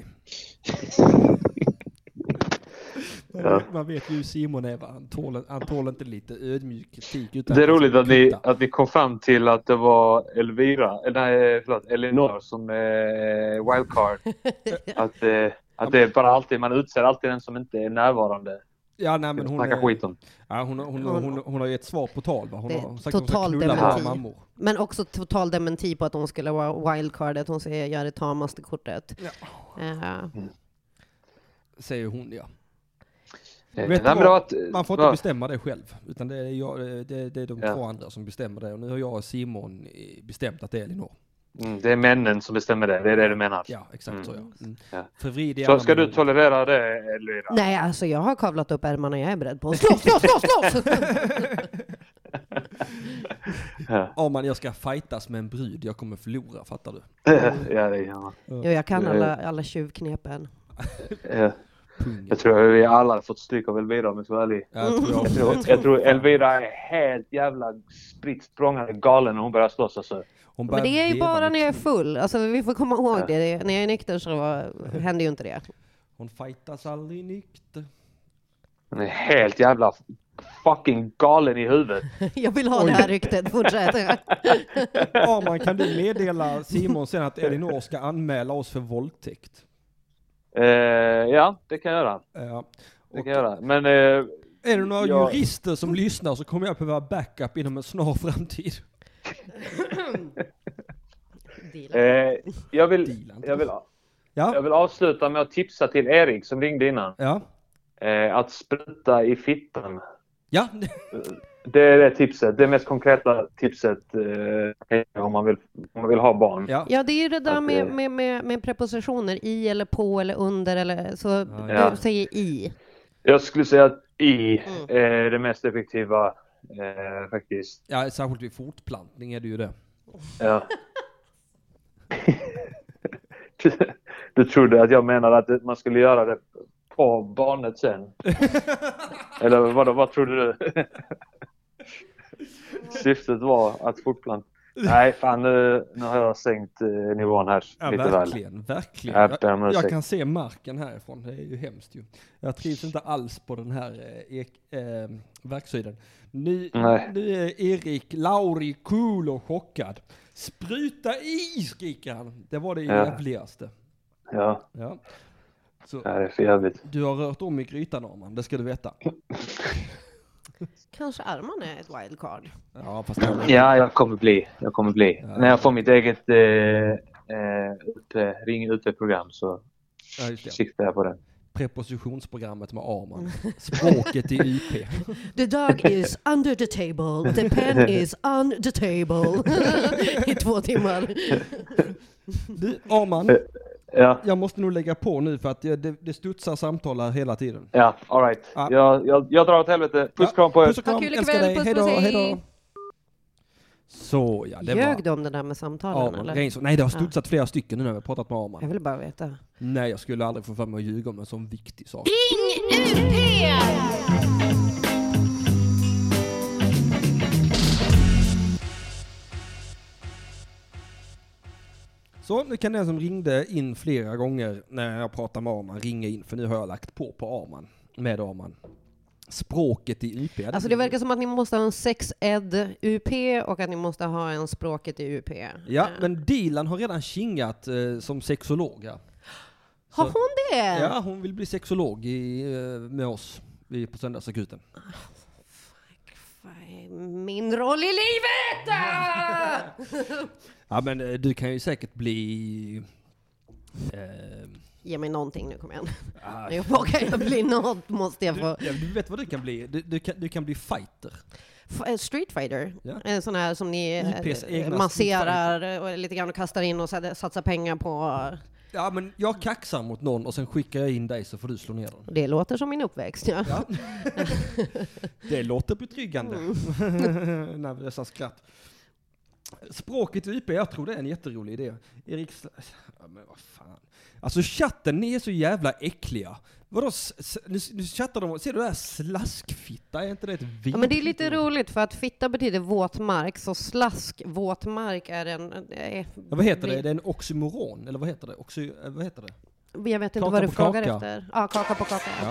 Man vet ju hur Simon är va? Han tål inte lite ödmjuk kritik. Det är roligt att vi kom fram till att det var Elinor som är wildcard. Att det är bara alltid, man utser alltid den som inte är närvarande. Ja, nej, men hon har ju ett svar på tal va? Hon har sagt att hon ska knulla våra mammor. Men också total dementi på att hon skulle vara wildcardet. Hon säger göra det tamaste kortet. Ja. Säger hon ja. Man får inte bestämma det själv. Utan det är de två andra som bestämmer det. Och nu har jag och Simon bestämt att det är Elinor. Det är männen som bestämmer det. Det är det du menar. Ja, exakt så ja. Ja. Förvrid Så ska du tolerera det, Elvira? Nej, alltså jag har kavlat upp ärmarna. Jag är beredd på att slåss! Arman, jag ska fightas med en brud. Jag kommer förlora, fattar du? Ja, det gör man. Jo, jag kan alla tjuvknepen. Jag tror att vi alla har fått stryk av Elvira, om jag ska vara ärlig. Jag tror Elvira är helt jävla spritt språngande galen när hon börjar slåss. Alltså. Men det är ju bara när jag är full. Alltså, vi får komma ihåg det. När jag är nykter så händer ju inte det. Hon fightas aldrig nykter. Hon är helt jävla fucking galen i huvudet. Jag vill ha det här ryktet. Fortsätt. Arman, kan du meddela Simon sen att Elinor ska anmäla oss för våldtäkt? Ja, det kan jag göra. Det kan jag göra. Men är det några jurister som lyssnar så kommer jag behöva backup inom en snar framtid. Jag vill avsluta med att tipsa till Erik som ringde innan. Ja. Att spruta i fittan. Ja. Det är det tipset. Det mest konkreta tipset om man vill ha barn. Ja, det är ju det där med prepositioner. I eller på eller under. Eller, så du säger i. Jag skulle säga att i är det mest effektiva faktiskt. Ja, särskilt vid fortplantning är det ju det. Ja. Du trodde att jag menade att man skulle göra det på barnet sen. Eller vad trodde du? Syftet var att fortplanta. Nej, fan nu har jag sänkt nivån här. Ja, lite verkligen. Jag kan se marken härifrån. Det är ju hemskt ju. Jag trivs inte alls på den här verkshöjden. Nu är Erik Lauri cool och chockad. Spruta i, skriker han. Det var det jävligaste. Ja. Så, det är för jävligt. Du har rört om i grytan, Arman. Det ska du veta. Kanske Arman är ett wildcard. Ja, fast jag kommer bli. Ja. När jag får mitt eget ring ute-program så siktar jag på det. Prepositionsprogrammet med Arman. Språket i IP. The dog is under the table. The pen is on the table. I 2 timmar. Du, Arman. Ja. Jag måste nog lägga på nu för att det studsar samtal här hela tiden. Ja, all right. Ja. Jag drar åt helvete. Puss kram på er. Puss och kram, älskar dig. Hejdå. Så ja, det ljög de det där med samtalen eller? Nej, det har studsat flera stycken nu när vi har pratat med Arman. Jag vill bara veta. Nej, jag skulle aldrig få för mig att ljuga om en sån viktig sak. Ring UP! Så nu kan den som ringde in flera gånger när jag pratar med Arman ringa in, för nu har jag lagt på Arman, med Arman. Språket i UP. Alltså det verkar som att ni måste ha en sex-ed UP och att ni måste ha en språket i UP. Ja, men Dilan har redan kingat som sexolog. Ja. Har hon det? Ja, hon vill bli sexolog med oss på Söndagsakuten. Min roll i livet! Ja, men du kan ju säkert bli... Ge mig någonting nu, kom igen. Nu vågar jag bli något, måste jag få. Du vet vad du kan bli? Du kan bli fighter. Street fighter. Ja. En sån här som ni masserar och lite grann och kastar in och satsar pengar på. Ja, men jag kaxar mot någon och sen skickar jag in dig så får du slå ner den. Det låter som min uppväxt, ja. Det låter betryggande. När vi dessa skratt. Språket i IP, jag tror det är en jätterolig idé. Erik, men vad fan. Alltså chatten, ni är så jävla äckliga. Vadå, nu chattar de, ser du det här slaskfitta? Är inte det ett vidrigt? Ja, men det är lite roligt för att fitta betyder våtmark, så våtmark är en... vad heter det? Det är en oxymoron, eller vad heter det? Vad heter det? Jag vet inte kaka vad du frågar kaka. efter. Ja, kaka på kaka. Ja.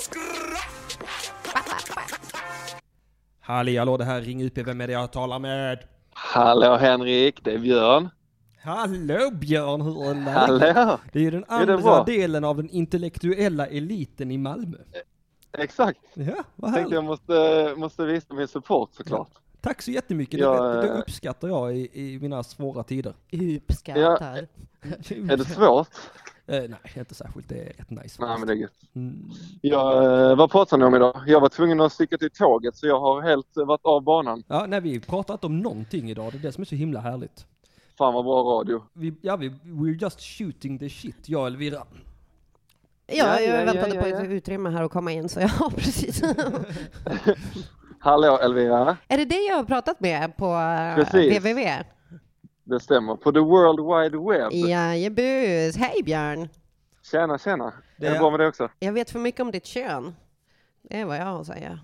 Hallå, det här Ring UP, vem är det jag talar med? Hallå Henrik, det är Björn. Hallå Björn, hur är det? Hallå. Det är ju den andra delen av den intellektuella eliten i Malmö. Exakt. Ja, vad härligt. Jag måste visa min support såklart. Tack så jättemycket, det uppskattar jag i mina svåra tider. Uppskattar. Ja. Är det svårt? Nej, inte särskilt. Det är rätt nice. Nej, men det är gött. Vad pratar ni om idag? Jag var tvungen att sticka till tåget så jag har helt varit av banan. Ja, nej, vi pratat om någonting idag. Det är det som är så himla härligt. Fan vad bra radio. We're just shooting the shit, jag och Elvira. Ja, jag väntade på ett utrymme här att komma in, så ja, precis. Hallå Elvira. Är det det jag har pratat med på www? Det stämmer, på the World Wide Web. Jajebus, hej Björn. Tjena. Är det bra med det också? Jag vet för mycket om ditt kön. Det är vad jag har att säga.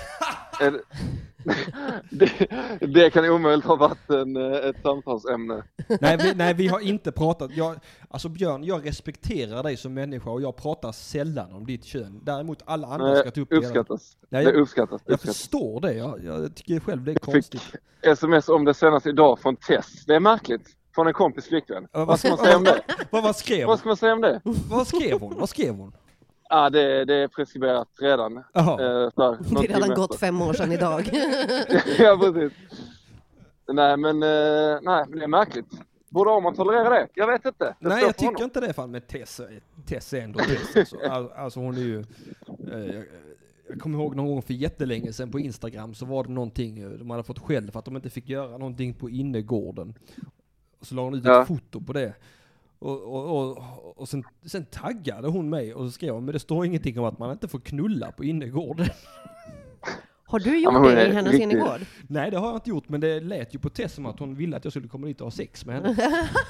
Det kan omöjligt ha varit ett samtalsämne. Nej, vi har inte pratat. Alltså Björn, jag respekterar dig som människa och jag pratar sällan om ditt kön. Däremot alla andra ska ta upp uppskattas. Det uppskattas. Jag förstår det. Jag tycker själv det är konstigt. Fick sms om det senast idag från Tess. Det är märkligt. Från en kompis flickvän. Vad ska man säga om det? Vad skrev hon? Vad ska man säga om det? Vad skrev hon? Ja, det är preskriberat redan. Det är redan gått 5 år sedan idag. Ja, precis. Nej, men det är märkligt. Borde man tolerera det? Jag vet inte. Nej, jag tycker inte det fan med Tess är ändå Tess. Alltså hon är ju... Jag kommer ihåg någon gång för jättelänge sedan på Instagram så var det någonting, de hade fått skäll för att de inte fick göra någonting på innergården. Och så la hon ut ett foto på det. Och sen taggade hon mig och så skrev hon, men det står ingenting om att man inte får knulla på innergården. Har du gjort det i hennes innergård? Nej, det har jag inte gjort, men det lät ju på Tess som att hon ville att jag skulle komma dit och ha sex med henne.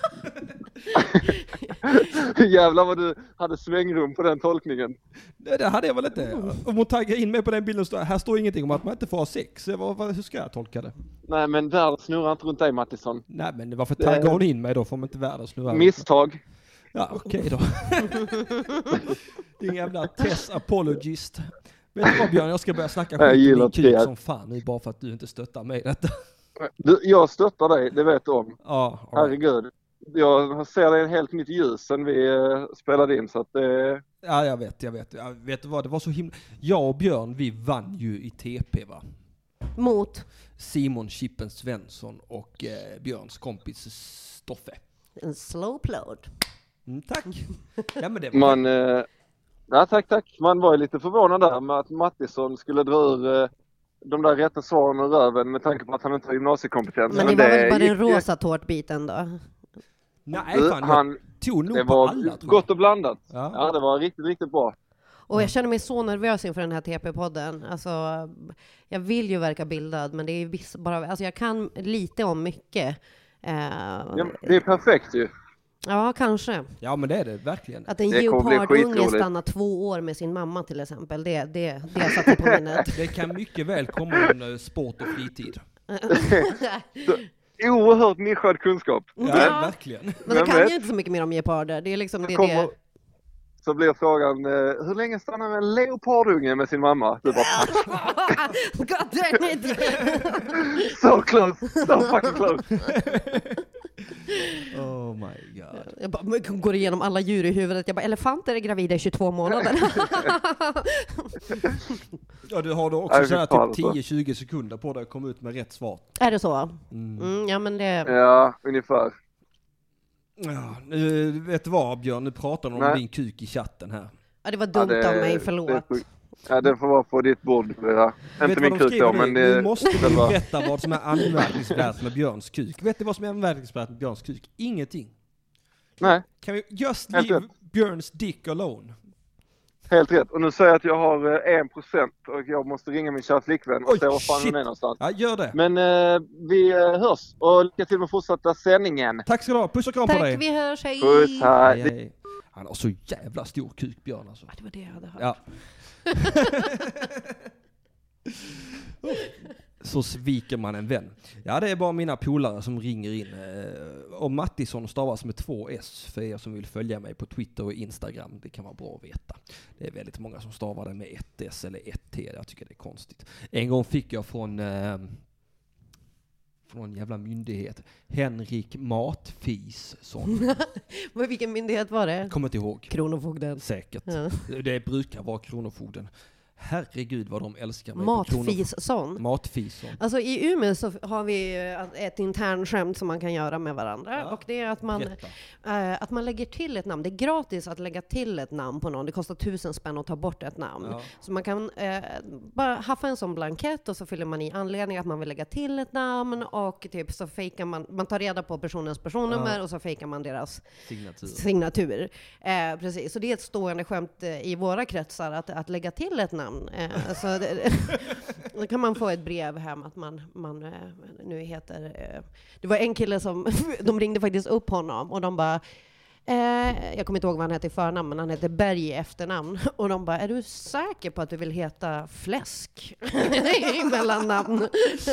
Jävlar vad du hade svängrum på den tolkningen. Det hade jag väl inte. Om hon taggar in mig på den bilden, här står ingenting om att man inte får ha sex. Hur ska jag tolka det? Nej, men världen snurrar inte runt dig, Mattisson. Nej, men varför taggar hon in mig då? Får man inte världen snurra? Misstag. Ja, okej då. Din jävla Tess apologist. Vet du vad Björn, jag ska börja snacka skit om min kuk som fan nu bara för att du inte stöttar mig detta. Jag stöttar dig, det vet du om. Ja. Herregud. Jag ser det i ett helt nytt ljus sen vi spelade in så att det... Ja, jag vet. Vet du vad, det var så himla... Jag och Björn, vi vann ju i TP, va? Mot? Simon Chippen Svensson och Björns kompis Stoffe. En slow plod. Tack. Ja, men det var... Tack. Man var ju lite förvånad där med att Mattisson skulle dra ur de där rätta svaren ur röven med tanke på att han inte har gymnasiekompetens. Men det var väl bara den rosa tårtbiten då? Nej, han tog nog det på var alla, gott och blandat. Ja, det var riktigt, riktigt bra. Och jag känner mig så nervös inför den här TP-podden. Alltså, jag vill ju verka bildad, men det är bara... Alltså, jag kan lite om mycket. Det är perfekt ju. Ja, kanske. Ja, men det är det verkligen. Att en geopardunge stannar 2 år med sin mamma till exempel, det satt jag på minnet. Det kan mycket väl komma om sport och fritid. Oerhört nischad kunskap. Ja, verkligen. Men det kan ju inte så mycket mer om geparder. Det är liksom det. Så blir frågan, hur länge stannar en leopardunge med sin mamma? Du bara... God damn it! So close, so fucking close. Oh my god. Jag bara går igenom alla djur i huvudet. Jag bara, elefanter är gravida i 22 månader. Ja, du har då också så här typ 10-20 sekunder på dig att komma ut med rätt svar. Är det så? Ja, men det... Ja, ungefär. Ja, nu vet du vad Björn, nu pratar de om din kuk i chatten här. Ja, det var dumt av mig, förlåt. Det får vara på ditt bord. Inte min kuk då, men nu måste vi berätta vad som är anmärkningsvärt med Björns kuk. Vet du vad som är anmärkningsvärt med Björns kuk? Ingenting. Nej. Kan vi just leave Björns dick alone? Helt rätt. Och nu säger jag att jag har 1% och jag måste ringa min kära flickvän och se var fan hon är någonstans. Ja, gör det. Men vi hörs och lycka till med fortsatta sändningen. Tack ska du ha. Puss och kram på dig. Tack, vi hörs. Hej. Puss, hej. Han har så jävla stor kuk, Björn alltså. Ja, det var det jag hade hört. Ja. Så sviker man en vän. Ja, det är bara mina polare som ringer in. Och Mattisson stavas med 2 S för er som vill följa mig på Twitter och Instagram. Det kan vara bra att veta. Det är väldigt många som stavar det med 1 S eller 1 T. Jag tycker det är konstigt. En gång fick jag från en jävla myndighet. Henrik Matfisson. Men vilken myndighet var det? Kommer inte ihåg. Kronofogden. Säkert. Ja. Det brukar vara Kronofogden. Herregud vad de älskar mig. Matfisson. Matfisson. Alltså i Umeå så har vi ett internskämt som man kan göra med varandra. Ja. Och det är att man lägger till ett namn. Det är gratis att lägga till ett namn på någon. Det kostar 1000 spänn att ta bort ett namn. Ja. Så man kan bara haffa en sån blankett och så fyller man i anledning att man vill lägga till ett namn och typ så fejkar man tar reda på personens personnummer och så fejkar man deras signatur. Precis. Så det är ett stående skämt i våra kretsar att lägga till ett namn. Så då kan man få ett brev hem att man nu heter... Det var en kille som... De ringde faktiskt upp honom och de bara... jag kommer inte ihåg vad han heter i förnamn, men han heter Berg i efternamn. Och de bara, är du säker på att du vill heta Fläsk? I mellannamn.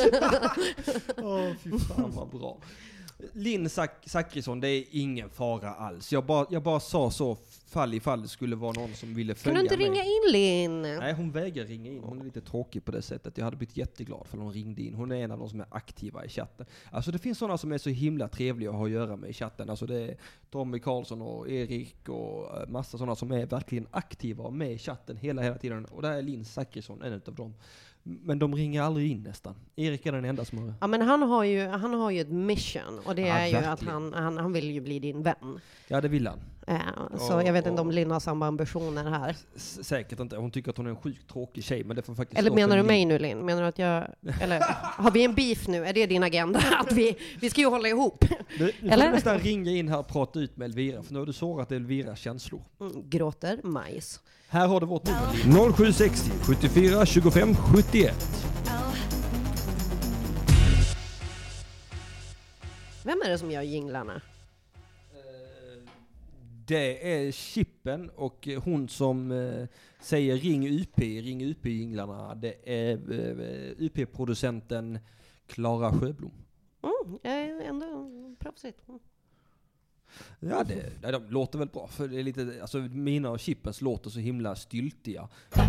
Fy fan vad bra. Linn Zachrisson, det är ingen fara alls. Jag bara sa så ifall det skulle vara någon som ville följa mig. Kan du inte ringa in Linn? Nej, hon vägrar ringa in. Hon är lite tråkig på det sättet. Jag hade blivit jätteglad för hon ringde in. Hon är en av de som är aktiva i chatten. Alltså det finns sådana som är så himla trevliga att ha att göra med i chatten. Alltså det är Tommy Karlsson och Erik och massa sådana som är verkligen aktiva och med i chatten hela tiden. Och där är Linn Zachrisson en av dem. Men de ringer aldrig in nästan. Erik är den enda som har... Ja, men han har ju ett mission. Och det är ju verkligen. Att han vill ju bli din vän. Ja, det vill han. Så jag vet inte om Linn har samma ambitioner här. Säkert inte. Hon tycker att hon är en sjukt tråkig tjej. Men det får faktiskt... Eller menar du mig nu, Linn? Menar du att jag... Eller har vi en beef nu? Är det din agenda? Att vi ska ju hålla ihop. Nu får du nästan ringa in här och prata ut med Elvira. För nu har du sårat Elviras känslor. Gråter majs. Här har du vårt nummer. 0760 74 25 71. Vem är det som gör jinglarna? Det är Chippen och hon som säger ring UP-jinglarna. Det är UP-producenten Klara Sjöblom. Ändå proffsigt. Ja, de låter väl bra. För det är lite, alltså mina och Chippens låter så himla styltiga.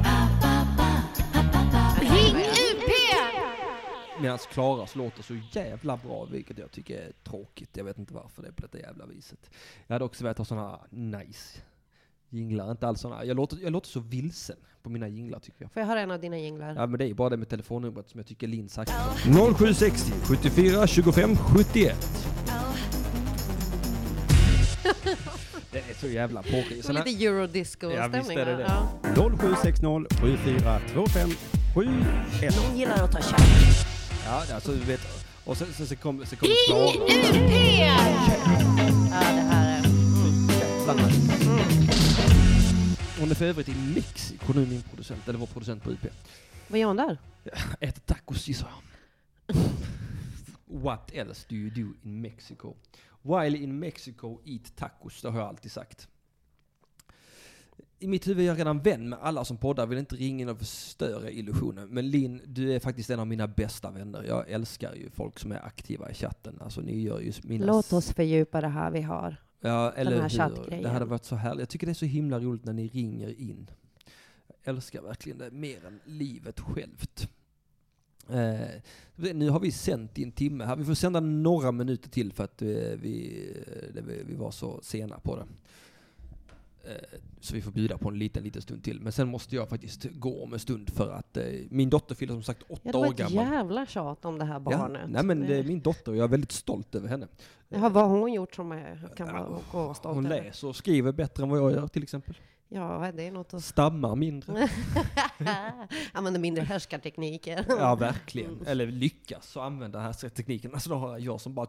Ring UP! Medan Klaras låter så jävla bra, vilket jag tycker är tråkigt. Jag vet inte varför det är på detta jävla viset. Jag hade också velat ha sådana nice jinglar, inte alls sådana. Jag låter så vilsen på mina jinglar tycker jag. Får jag höra en av dina jinglar? Ja, men det är bara det med telefonnumret som jag tycker Linn sagt. 0760 74 25 71. Det är så jävla påkig. Lite eurodisco-stämning. Ja, visst är det. Ja. 0760 74 25 71. Någon gillar att ta chatt. Ja, alltså du vet. Och sen kommer Klara. UP! Ja, det här är... Hon är för övrigt i Mexiko nu, min producent. Eller vår producent på UP. Vad gör hon där? Äter tacos, gissar jag. What else do you do in Mexico? While in Mexico, eat tacos. Det har jag alltid sagt. I mitt huvud är jag redan vän med alla som poddar. Vill inte ringa in och förstöra illusionen. Men Linn, du är faktiskt en av mina bästa vänner. Jag älskar ju folk som är aktiva i chatten. Alltså ni gör ju mina... Låt oss fördjupa det här vi har. Ja, eller den här hur? chattgrejen. Det hade varit så härligt. Jag tycker det är så himla roligt när ni ringer in. Jag älskar verkligen det mer än livet självt. Nu har vi sänt i en timme här. Vi får sända några minuter till för att vi var så sena på det. Så vi får bjuda på en liten stund till. Men sen måste jag faktiskt gå om en stund för att min dotter fyller som sagt 8 år gammal. Det var ett jävla tjat om det här barnet. Ja, nej men det är min dotter och jag är väldigt stolt över henne. Ja, vad har hon gjort som kan vara stolt hon över? läser och skriver bättre än vad jag gör till exempel. Ja, det är något att... Stammar mindre. Använder mindre härskartekniker. Ja, verkligen. Eller lyckas använda härskartekniken. Alltså då har jag som bara...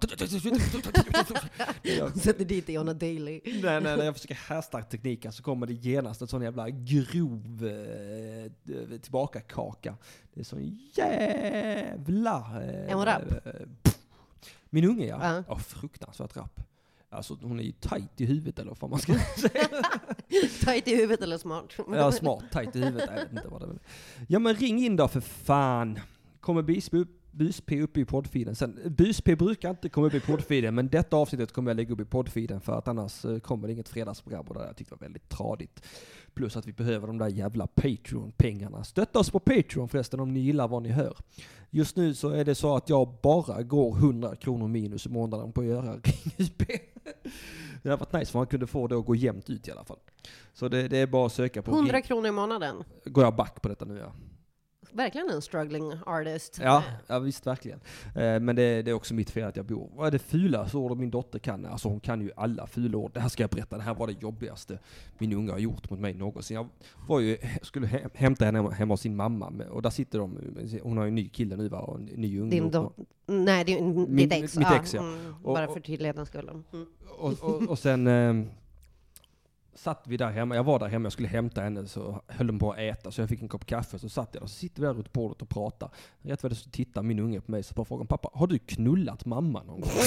Sätter dit det on a daily. Nej, när jag försöker härskartekniken så kommer det genast en sån jävla grov tillbakakaka. Det är sån jävla... Är hon rapp? Min unge, ja. Ja, fruktansvärt rapp. Alltså hon är ju tight i huvudet eller vad man ska säga. Tight i huvudet eller smart? Ja, smart. Tight i huvudet. Jag vet inte vad det är. Ja, men ring in då för fan. Kommer Bys-P upp i poddfeeden sen. Bys-P brukar inte komma upp i poddfeeden, men detta avsnittet kommer jag lägga upp i poddfeeden för att annars kommer det inget fredagsprogram och det jag tyckte var väldigt tradigt. Plus att vi behöver de där jävla Patreon-pengarna. Stötta oss på Patreon förresten om ni gillar vad ni hör. Just nu så är det så att jag bara går 100 kronor minus i månaden på att göra Ring UP. Det har varit nice för man kunde få det att gå jämnt ut i alla fall. Så det är bara att söka på... 100 kronor i månaden. Går jag back på detta nu, ja. Verkligen en struggling artist. Ja, visst, verkligen. Men det är också mitt fel att jag bor. Vad är det fulaste ord min dotter kan? Alltså hon kan ju alla fula ord. Det här ska jag berätta. Det här var det jobbigaste min unga har gjort mot mig någonsin. Jag skulle hämta henne hemma hos sin mamma. Och där sitter de. Hon har ju en ny kille nu, va? Och en ny unge. Nej, det är ditt ex. Mitt ex, ja. Bara för tydlighetens skull. Och sen... satt vi där hemma, jag var där hemma, jag skulle hämta henne, så höll de på att äta, så jag fick en kopp kaffe, så satt jag där, så sitter vi där ute på bordet och pratar. Rätt vad det så tittar min unge på mig, så på frågan, pappa, har du knullat mamma någon gång?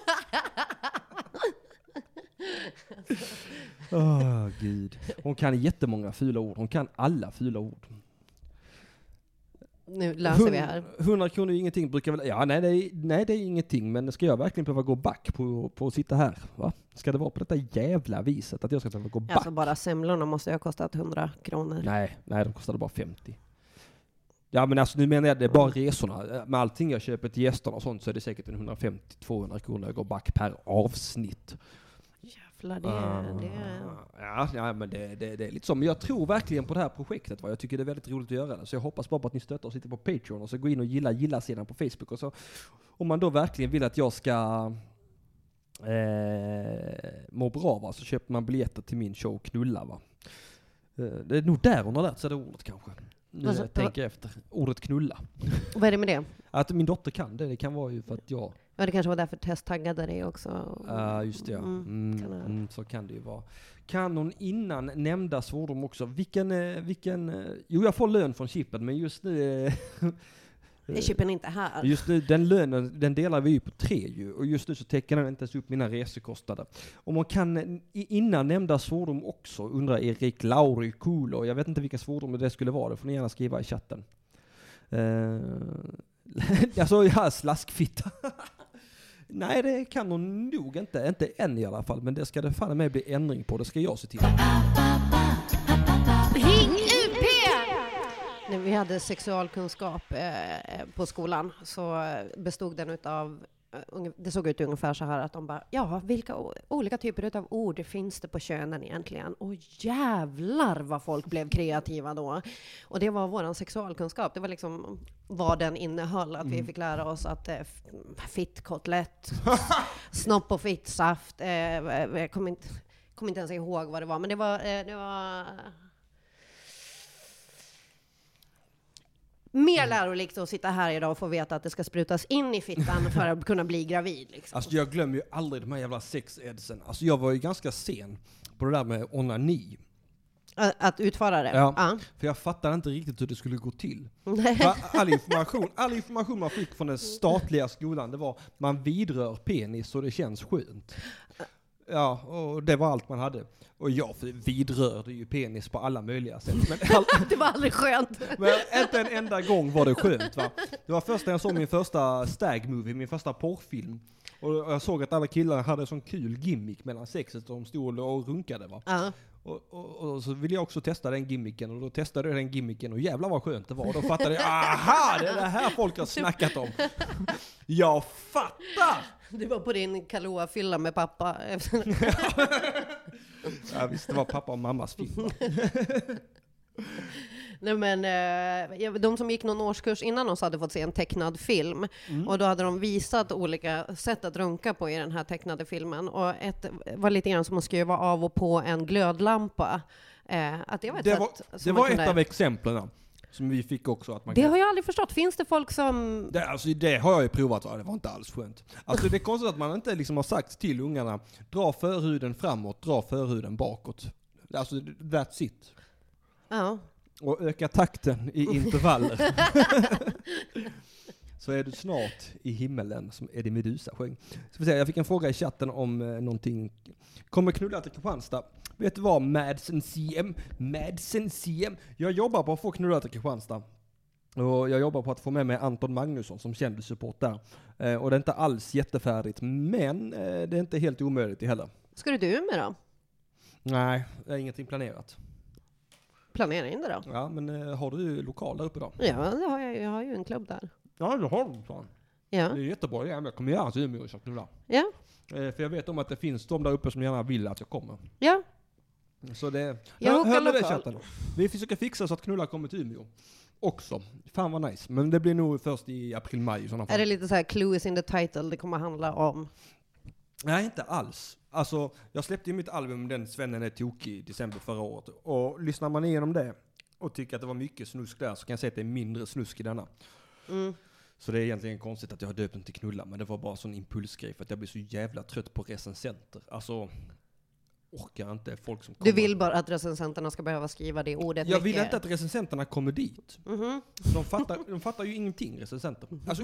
Gud. Hon kan jättemånga fula ord, hon kan alla fula ord. Nu läser vi här. 100 kronor är ingenting, brukar väl... Ja, nej, det är ingenting, men ska jag verkligen behöva gå back på att sitta här? Va? Ska det vara på detta jävla viset att jag ska behöva gå back? Alltså bara semlorna måste ju ha kostat 100 kronor. Nej, de kostade bara 50. Ja, men alltså nu menar jag det är bara resorna. Med allting jag köper till gästerna och sånt så är det säkert 150-200 kronor jag går back per avsnitt. Jävlar, det är... Ja, men det är lite så. Men jag tror verkligen på det här projektet. Va? Jag tycker det är väldigt roligt att göra det. Så jag hoppas bara på att ni stöttar och sitter på Patreon och så gå in och gilla sidan på Facebook. Och så, om man då verkligen vill att jag ska må bra, va? Så köper man biljetter till min show Knulla. Va? Det är nog där hon har lärt sig det ordet kanske. Nu tänker jag efter. Ordet knulla. Vad är det med det? Att min dotter kan det. Det kan vara ju för att jag... Ja, det kanske var därför testtaggade dig också. Just det, ja. Så kan det ju vara. Kan hon innan nämnda svordom också? Vilken... Jo, jag får lön från Chippen, men just nu... är Chippen inte här? Just nu, den lönen, den delar vi ju på 3 ju. Och just nu så täcker den inte ens upp mina resekostnader. Om man kan innan nämnda svordom också, undrar Erik Lauri Kulo. Jag vet inte vilka svordom det skulle vara. Det får ni gärna skriva i chatten. Alltså, ja, slaskfitta. Nej, det kan hon nog inte. Inte än i alla fall. Men det ska det fan med bli ändring på. Det ska jag se till. Ring UP! När vi hade sexualkunskap på skolan så bestod den utav... Det såg ut ungefär så här att de bara, ja, vilka olika typer av ord finns det på könen egentligen? Och jävlar vad folk blev kreativa då. Och det var våran sexualkunskap. Det var liksom vad den innehöll. Att vi fick lära oss att fittkotlett, snopp och fittsaft. Jag kommer inte ens ihåg vad det var. Men det var mer lärorikt att sitta här idag och få veta att det ska sprutas in i fittan för att kunna bli gravid. Liksom. Alltså jag glömmer ju aldrig de här jävla sexedsen. Alltså jag var ju ganska sen på det där med onani. Att utföra det? Ja. För jag fattade inte riktigt hur det skulle gå till. All information man fick från den statliga skolan, det var man vidrör penis och det känns skönt. Ja, och det var allt man hade. Och jag vidrörde ju penis på alla möjliga sätt. Men det var aldrig skönt. Men inte en enda gång var det skönt, va? Det var först när jag såg min första stag-movie, min första porrfilm. Och jag såg att alla killar hade en sån kul gimmick mellan sexet och de stod och runkade, va? Och så ville jag också testa den gimmicken. Och då testade jag den gimmicken och jävlar vad skönt det var. Och då fattade jag, aha, det är det här folk har snackat om. Jag fattar! Du var på din Kahlua-fylla med pappa. Ja visst, det var pappa och mammas film. Nej, men de som gick någon årskurs innan oss hade fått se en tecknad film. Och då hade de visat olika sätt att runka på i den här tecknade filmen. Och ett var lite grann som att skruva av och på en glödlampa. Att det var det var ett av exemplen som vi fick också. Att man det har jag aldrig förstått. Finns det folk som... Det har jag ju provat. Det var inte alls skönt. Alltså det är konstigt att man inte liksom har sagt till ungarna, dra förhuden framåt, dra förhuden bakåt. Alltså that's it. Ja. Och öka takten i intervaller. Så är du snart i himmelen, som Eddie Meduza sjöng. Så jag fick en fråga i chatten om någonting. Kommer knulla till Kristianstad? Vet du vad? Madsen CM. Jag jobbar på att få knulla till Kristianstad. Och jag jobbar på att få med mig Anton Magnusson som kändissupport där. Och det är inte alls jättefärdigt. Men det är inte helt omöjligt heller. Ska du med då? Nej, det är ingenting planerat. Planera in det då? Ja, men har du lokal där uppe då? Ja, det har jag har ju en klubb där. Ja, det har du fan. Ja. Det är jättebra. Jag kommer göra en Umeå och knulla. Ja. För jag vet om att det finns de där uppe som gärna vill att jag kommer. Ja. Så det... Jag hör åker det lokal. chatten. Vi försöker fixa så att Knulla kommer till Umeå. Också. Fan vad nice. Men det blir nog först i april-maj i sådana fall. Är det lite så här clue is in the title det kommer handla om? Nej, inte alls. Alltså, jag släppte ju mitt album Den Svennen är tokig i december förra året. Och lyssnar man igenom det och tycker att det var mycket snusk där så kan jag säga att det är mindre snusk i denna. Mm. Så det är egentligen konstigt att jag har döpt den till Knulla, men det var bara sån impulsgrej för att jag blir så jävla trött på recensenter. Alltså, orkar inte folk som kommer. Du vill bara att recensenterna ska behöva skriva det ordet Jag mycket. vill inte att recensenterna kommer dit. Mhm. De fattar ju ingenting, recensenter. Alltså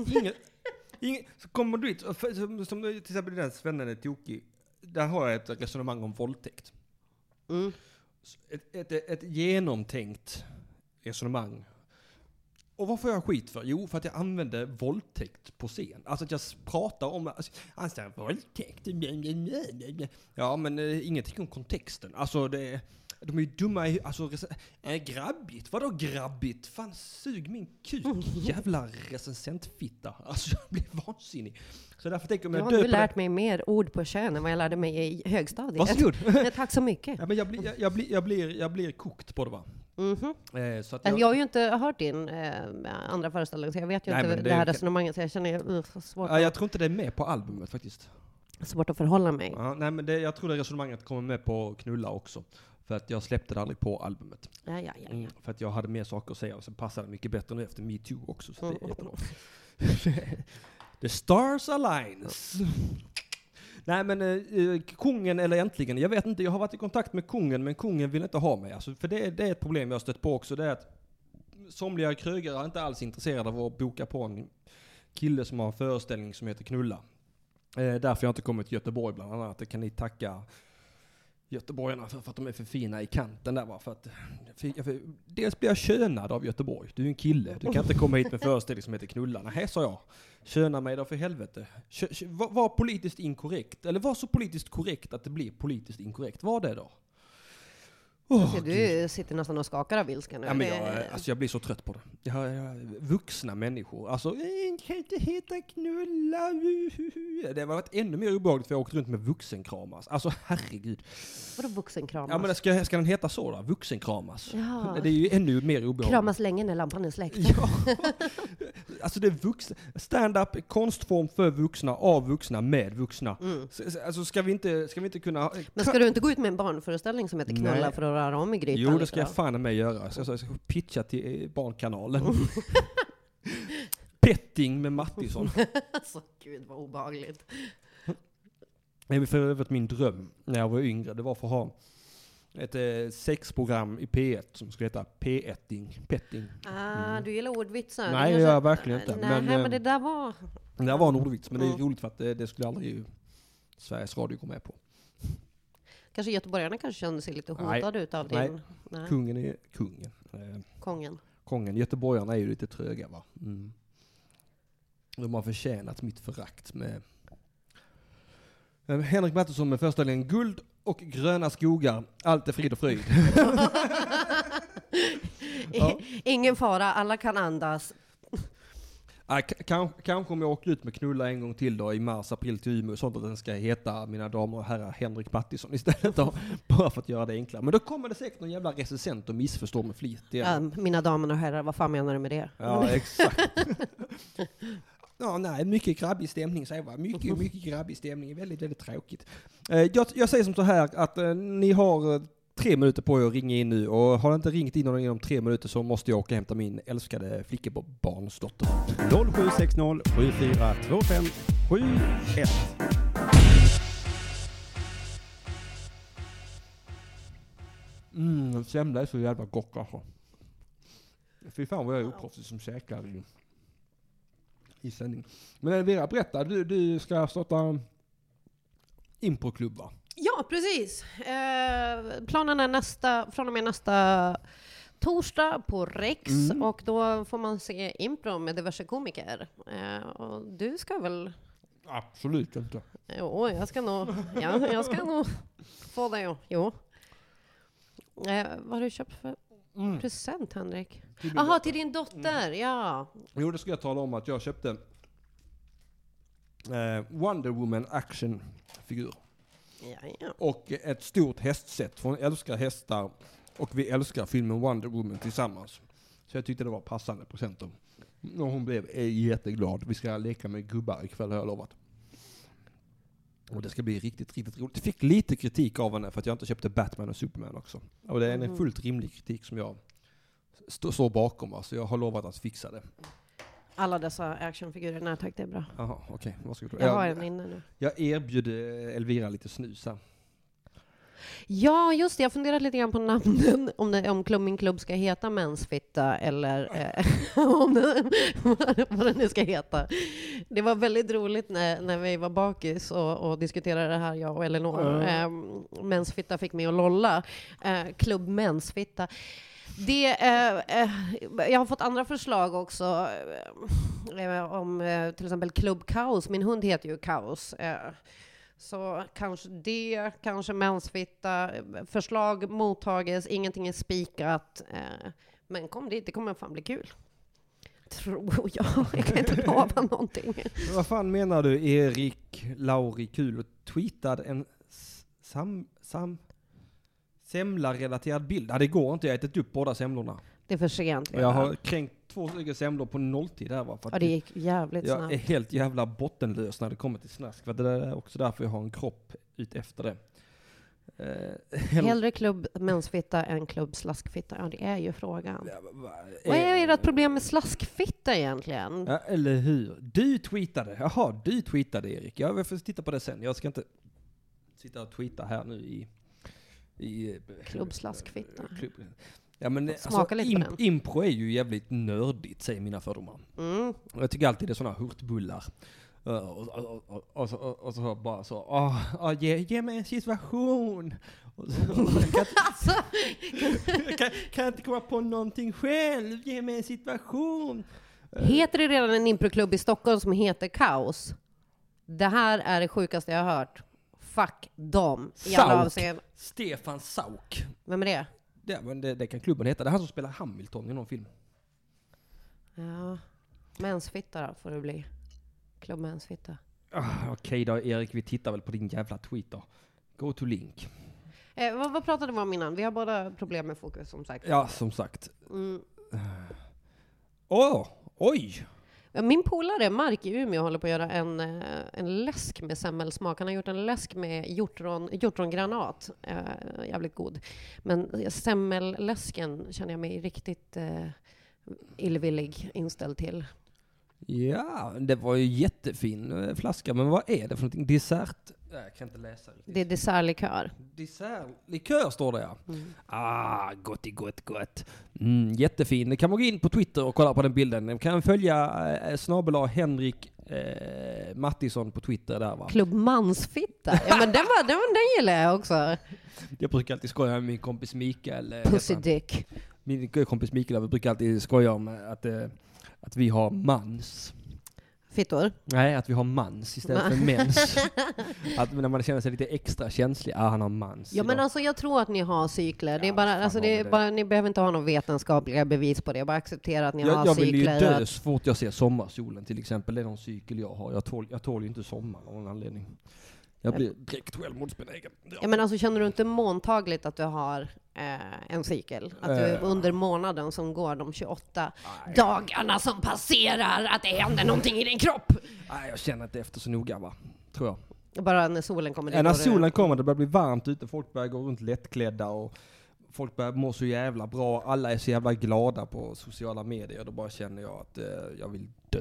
så kommer du dit, som till exempel den Svennen är tokig, där har jag ett resonemang om våldtäkt. Mm. Ett genomtänkt resonemang. Och vad får jag skit för? Jo, för att jag använder våldtäkt på scen. Alltså att jag pratar om våldtäkt. Ja, men ingenting om kontexten. Alltså de är ju dumma i... Alltså, grabbigt? Vadå grabbigt? Fan, sug min kuk, jävla recensentfitta. Alltså, jag blir vansinnig. Så därför tänker jag... Jag har nu lärt mig mer ord på kön än vad jag lärde mig i högstadiet. Varsågod. Tack så mycket. Ja, men jag blir kokt på det, va? Mm-hmm. Så att jag har ju inte hört din andra föreställning, så jag vet ju inte det här resonemanget, så jag känner svårt. Jag tror inte det är med på albumet faktiskt. Svårt att förhålla mig. Ja, nej, men jag tror det resonemanget kommer med på Knulla också. För att jag släppte det aldrig på albumet. Ja. För att jag hade mer saker att säga och så passade det mycket bättre nu efter Me Too också. Så det är jättebra. The stars aligns. Nej, men kungen eller äntligen, jag vet inte, jag har varit i kontakt med kungen, men kungen vill inte ha mig. Alltså, för det är ett problem jag har stött på också, det är att somliga krögare är inte alls intresserade av att boka på en kille som har en föreställning som heter Knulla. Därför jag inte kommit till Göteborg bland annat. Det kan ni tacka göteborgarna för att de är för fina i kanten där, va? För att dels blir jag könad av Göteborg. Du är en kille, du kan inte komma hit med föreställning som heter Knulla. Nej, sa jag. Köna mig då för helvete. Var politiskt inkorrekt, eller var så politiskt korrekt att det blir politiskt inkorrekt. Var det då? Du sitter nästan och skakar av ilska nu. Ja, men jag blir så trött på det. Vuxna människor. Alltså, kan inte heta Knulla. Det har varit ännu mer obehagligt för jag åkte runt med vuxenkramas. Alltså, herregud. Vadå vuxenkramas? Ja, men ska den heta så då? Vuxenkramas. Ja. Det är ju ännu mer obehagligt. Kramas länge när lampan är släckt. Ja. Alltså det är stand-up, konstform för vuxna, av vuxna, med vuxna. Alltså ska vi inte kunna... Men ska du inte gå ut med en barnföreställning som heter Knulla för att röra om i grytan? Jo, det ska jag fan med göra. Jag ska pitcha till Barnkanalen. Petting med Mattisson. Alltså gud vad obehagligt. Det är för övrigt min dröm när jag var yngre. Det var för att ha ett sexprogram i P1 som skulle heta P1-ing. Petting. Du gillar ordvitsar. Nej, jag gör verkligen inte. Men det där var... Det var en ordvits, men det är roligt för att det skulle aldrig Sveriges Radio gå med på. Kanske göteborgarna kanske kände sig lite hotade utav din... Nej, kungen är kungen. Kongen. Göteborgarna är ju lite tröga, va? Mm. De har förtjänat mitt förakt med... Henrik Mattisson med föreställningen Guld och gröna skogar. Allt är frid och fröjd. Ja. Ingen fara, alla kan andas. Kanske kommer jag åka ut med Knulla en gång till då i mars, april till Umeå, sånt att den ska heta mina damer och herrar Henrik Mattisson istället då, bara för att göra det enklare. Men då kommer det säkert någon jävla recensent och missförstår med flit. Mina damer och herrar, vad fan menar du med det? Ja, exakt. Ja, nej, mycket grabbig stämning, säger jag. Mycket grabbig stämning. Väldigt, väldigt tråkigt. Jag säger som så här att ni har 3 minuter på er att ringa in nu, och har inte ringt in inom 3 minuter så måste jag åka och hämta min älskade flickebarnsdotter. 0760 7425 71. Semla är så jävla gott alltså. Fy fan vad jag är oproffsig som käkar i sändning. Men Elvira, berätta, du ska starta improklubb, va? Ja, precis. Planen är från och med nästa torsdag på Rex, och då får man se impro med diverse komiker. Och du ska väl... Absolut inte. Jo, jag ska nog få det. Jo. Vad har du köpt för present, Henrik? Jaha, till din dotter, ja. Jo, det ska jag tala om att jag köpte Wonder Woman actionfigur. Ja. Och ett stort hästsätt, för hon älskar hästar och vi älskar filmen Wonder Woman tillsammans. Så jag tyckte det var passande presenter. Och hon blev jätteglad. Vi ska leka med gubbar ikväll, har jag lovat. Och det ska bli riktigt, riktigt roligt. Jag fick lite kritik av henne för att jag inte köpte Batman och Superman också. Och det är en fullt rimlig kritik som jag står bakom. Så jag har lovat att fixa det. Alla dessa actionfigurer, nej tack, det är bra. Jaha, okej. Varsågod. Jag har en inne nu. Jag erbjöd Elvira lite snus här. Ja, just det. Jag funderat lite grann på namnen. Om min klubb ska heta Mensfitta eller vad den nu ska heta. Det var väldigt roligt när vi var bakis och diskuterade det här, jag och Elinor. Mensfitta fick mig att lolla. Klubb Mensfitta. Jag har fått andra förslag också om till exempel Klubb Kaos. Min hund heter ju Kaos. Så kanske Mensfitta. Förslag mottages, ingenting är spikat. Men kom dit, det kommer fan bli kul. Tror jag. Jag kan inte lova någonting. Vad fan menar du, Erik Lauri Kul? Tweetad en semla-relaterad bild. Ja, det går inte, jag har ätit upp båda semlorna. Det är för sent. Jag har kränkt 2 semlor på nolltid här. För att det gick jävligt snabbt. Jag är helt jävla bottenlös när det kommer till snask. För det är också därför jag har en kropp ut efter det. Hellre klubb Mensfitta än klubb slaskfitta. Ja, det är ju frågan. Vad är ert problem med slaskfitta egentligen? Ja, eller hur? Du tweetade. Jaha, du tweetade, Erik. Jag får titta på det sen. Jag ska inte sitta och tweeta här nu i klubb slaskfitta. Ja, men alltså, impro är ju jävligt nördigt, säger mina fördomar. Jag tycker alltid det är såna hurtbullar. Och så bara så, ge mig en situation. Kan jag inte komma på någonting själv? Ge mig en situation. Heter det redan en improklubb i Stockholm som heter Kaos? Det här är det sjukaste jag har hört. Fuck dem. Stefan Sauk. Vem är det? Ja, men det kan klubben heta. Det är han som spelar Hamilton i någon film. Ja. Mensfitta då får det bli. Klubb Mensfitta. Okej då, Erik. Vi tittar väl på din jävla tweet då. Go to link. Vad pratade vi om innan? Vi har båda problem med fokus, som sagt. Ja, som sagt. Oj! Min polare Mark i Umeå håller på att göra en läsk med semmelsmak. Han har gjort en läsk med hjortrongranat. Jävligt god. Men semmelläsken känner jag mig riktigt illvillig inställd till. Ja, det var ju jättefin flaska. Men vad är det för någonting? Dessert? Jag kan inte läsa riktigt. Det är dessertlikör. Dessertlikör står det, ja. Gott. Jättefin. Det kan man gå in på Twitter och kolla på den bilden. Man kan följa @ Henrik Mattisson på Twitter där, va? Klubb Mansfitta. Ja, men den gillar jag också. Jag brukar alltid skoja med min kompis Mikael. Pussy Dick. Min kompis Mikael, vi brukar alltid skoja om att vi har mans. Fittor? Nej, att vi har mans istället för mens. Att när man känner sig lite extra känslig, han har mans. Ja, men alltså jag tror att ni har cykler. Det är bara, ni behöver inte ha några vetenskapliga bevis på det. Bara acceptera att ni har jag cykler. Jag vill ju dö så fort jag ser sommarsolen till exempel. Det är någon cykel jag har. Jag tål ju inte sommar av någon anledning. Jag blir direkt självmordsbenägen. Ja, men alltså känner du inte måntagligt att du har en cykel? Att du under månaden som går, de 28 dagarna som passerar, att det händer någonting i din kropp? Nej, jag känner inte efter så noga, va? Tror jag. Bara när solen kommer. När solen kommer, det börjar bli varmt ute. Folk börjar gå runt lättklädda och folk börjar må så jävla bra. Alla är så jävla glada på sociala medier. Då bara känner jag att jag vill dö.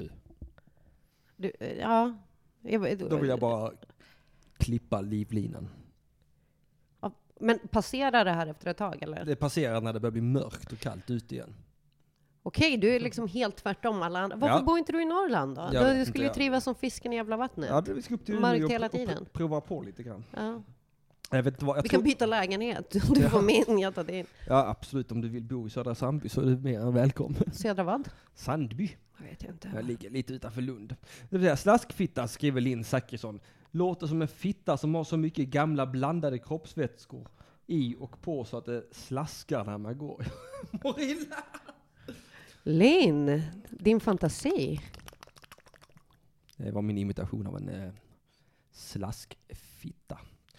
Då vill jag bara klippa livlinan. Men passerar det här efter ett tag, eller? Det passerar när det börjar bli mörkt och kallt ute igen. Okej, du är liksom helt tvärtom alla andra. Varför bor inte du i Norrland då? Du skulle ju trivas som fisken i jävla vattnet. Ja, vi ska upp till mörkt hela tiden. Och prova på lite grann. Ja. Jag vet inte vad, vi kan byta lägenhet. Du får min, jag tar din. Ja, absolut. Om du vill bo i Södra Sandby så är du mer än välkommen. Södra vad? Sandby. Jag vet inte. Jag ligger lite utanför Lund. Det vill säga, slaskfitta, skriver Linn Zachrisson. Låter som en fitta som har så mycket gamla blandade kroppsvätskor i och på så att det slaskar när man går. Mår illa. Linn, din fantasi. Det var min imitation av en slaskfitta.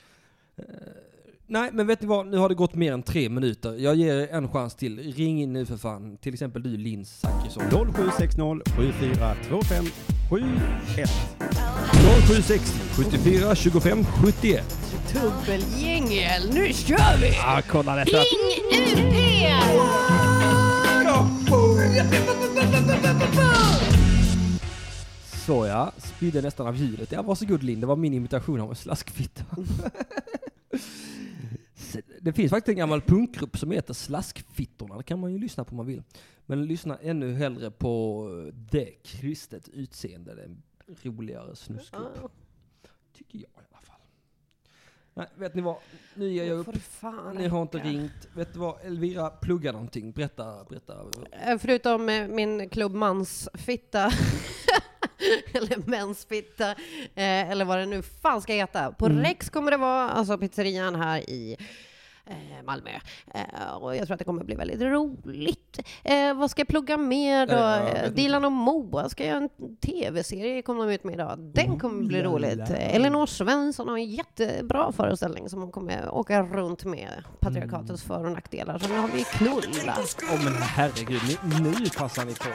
Nej, men vet ni vad? Nu har det gått mer än 3 minuter. Jag ger er en chans till. Ring in nu för fan. Till exempel du, Linn Zachrisson. 0760 7425 71. 0760 74 25 71. Dubbelgängel, nu kör vi! Ja, kolla detta. Ring UP! Så ja, spydde nästan av ljudet. Ja, varsågod Linn, det var min imitation av en slaskfitta. Det finns faktiskt en gammal punkgrupp som heter Slaskfittorna. Det kan man ju lyssna på om man vill. Men lyssna ännu hellre på det kristet utseende. Det är en roligare snuskgrupp. Tycker jag i alla fall. Nej, vet ni vad? Nu ger jag upp. Ni har inte ringt. Vet du vad? Elvira, plugga någonting. Berätta. Förutom min klubbmansfitta. Eller mensfitta. Eller vad det nu fan ska heta. På Rex kommer det vara, alltså pizzerian här i Malmö. Och jag tror att det kommer bli väldigt roligt. Vad ska jag plugga mer då? Dilan och Moa ska göra en tv-serie, kommer de ut med idag. Den kommer bli roligt. Elinor Svensson har en jättebra föreställning som hon kommer åka runt med. Patriarkatets för- och nackdelar. Så nu har vi knulla. Men herregud, nu passar ni på.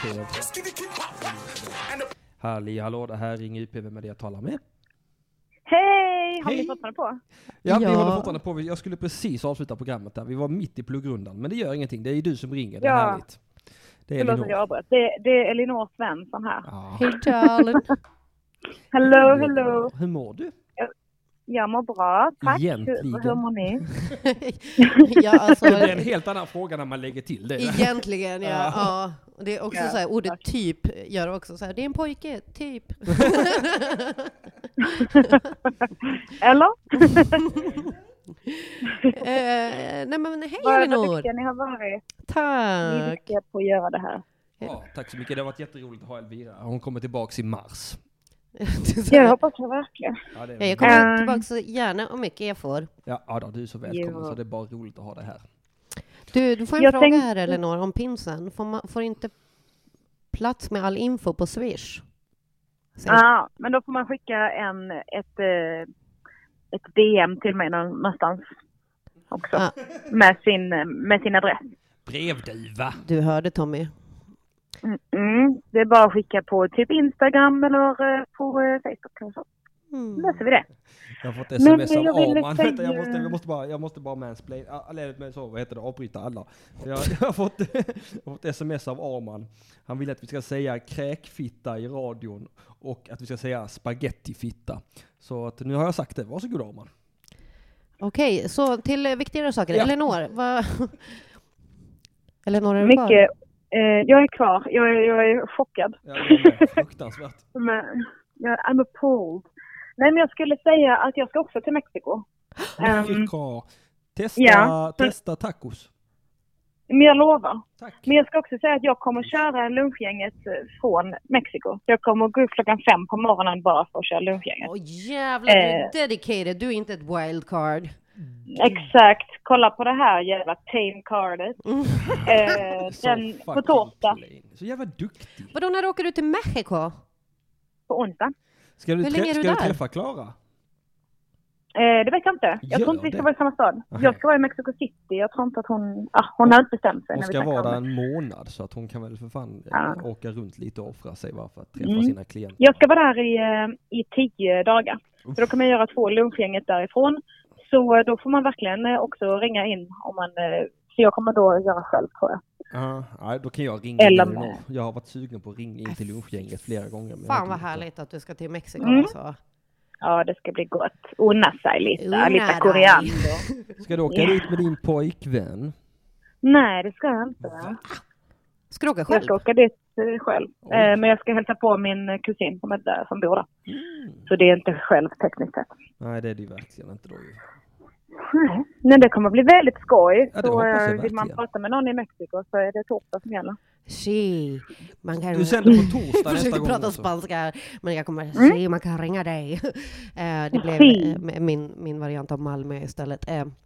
Hallå, det här ringer UP med det jag talar med. Hej! Har ni fortfarande på? Ja, vi håller fortfarande på. Jag skulle precis avsluta programmet där. Vi var mitt i pluggrundan. Men det gör ingenting. Det är ju du som ringer. Det är härligt. Det är Elinor. Det är Elinor Svensson här. Hej, darling. Hello. Hur mår du? Jag mår bra, tack. Egentligen. Hur mår ni? Ja, alltså, det är en helt annan fråga när man lägger till det. Egentligen, ja. Och det är också så här, ordet typ gör också så här, det är en pojke, typ. Eller? Nej men hej Vad Elinor. duktiga ni har varit. Tack. Ni är duktiga på att göra det här. Ja, tack så mycket. Det har varit jätteroligt att ha Elvira. Hon kommer tillbaka i mars. Jag hoppas jag verkligen. Ja, jag kommer tillbaka så gärna och mycket jag får. Ja, du är så välkommen, så det är bara roligt att ha det här. Du får en fråga här, Elinor, om pinsen. Får inte plats med all info på Swish? Ja, men då får man skicka ett DM till mig någonstans också. Med sin adress. Brevduva. Du hörde, Tommy. Det är bara att skicka på typ Instagram eller på Facebook och så. Löser vi det. Jag har fått sms av Arman. Vänta, jag måste bara mansplain. Avbryta alla. Jag har fått sms av Arman. Han vill att vi ska säga kräkfitta i radion och att vi ska säga spagettifitta. Så att nu har jag sagt det. Varsågod, Arman. Okej, så till viktigare saker. Ja. Elinor, Elinor, är du mycket kvar? Jag är kvar. Jag är chockad. Ja, det är fruktansvärt. I'm appalled. Nej, men jag skulle säga att jag ska också till Mexiko. Testa tacos. Men jag lovar. Tack. Men jag ska också säga att jag kommer köra lunchgänget från Mexiko. Jag kommer gå upp 5:00 på morgonen bara för att köra lunchgänget. Jävlar, du är dedicated. Du är inte ett wildcard. Exakt. Kolla på det här jävla tame-cardet. På torsdag. Så jävla duktig. Vadå, när åker du till Mexiko? På onsdag. Ska du träffa Klara? Det vet jag inte. Jag tror inte vi ska vara i samma stad. Aha. Jag ska vara i Mexico City. Jag tror inte att hon har inte bestämt sig. Hon ska vara där en månad, så att hon kan väl för fan åka runt lite och offra sig för att träffa sina klienter. Jag ska vara där i 10 dagar. Så då kan man göra 2 lunchgänget därifrån. Så då får man verkligen också ringa in om man... Så jag kommer då göra själv, tror jag. Ja, då kan jag ringa in. Jag har varit sugen på att ringa in till lunchgänget flera gånger. Fan vad härligt att du ska till Mexiko alltså. Ja, det ska bli gott. Unna sig lite koreaner. Ska du åka dit med din pojkvän? Nej, det ska jag inte. Ska du åka själv? Jag ska åka dit själv. Men jag ska hälsa på min kusin som är där, som bor där. Så det är inte själv tekniskt sett. Nej, det är det verkligen inte då. Nej. Nej, det kommer bli väldigt skoj. Ja, det så hoppas jag vill man verkligen. prata med någon i Mexiko så är det torsdag som gäller. Sí, man kan... Du sänder på torsdag nästa försöker gång prata också. spanska, men jag kommer sí, man kan ringa dig. Det blev min variant av Malmö istället.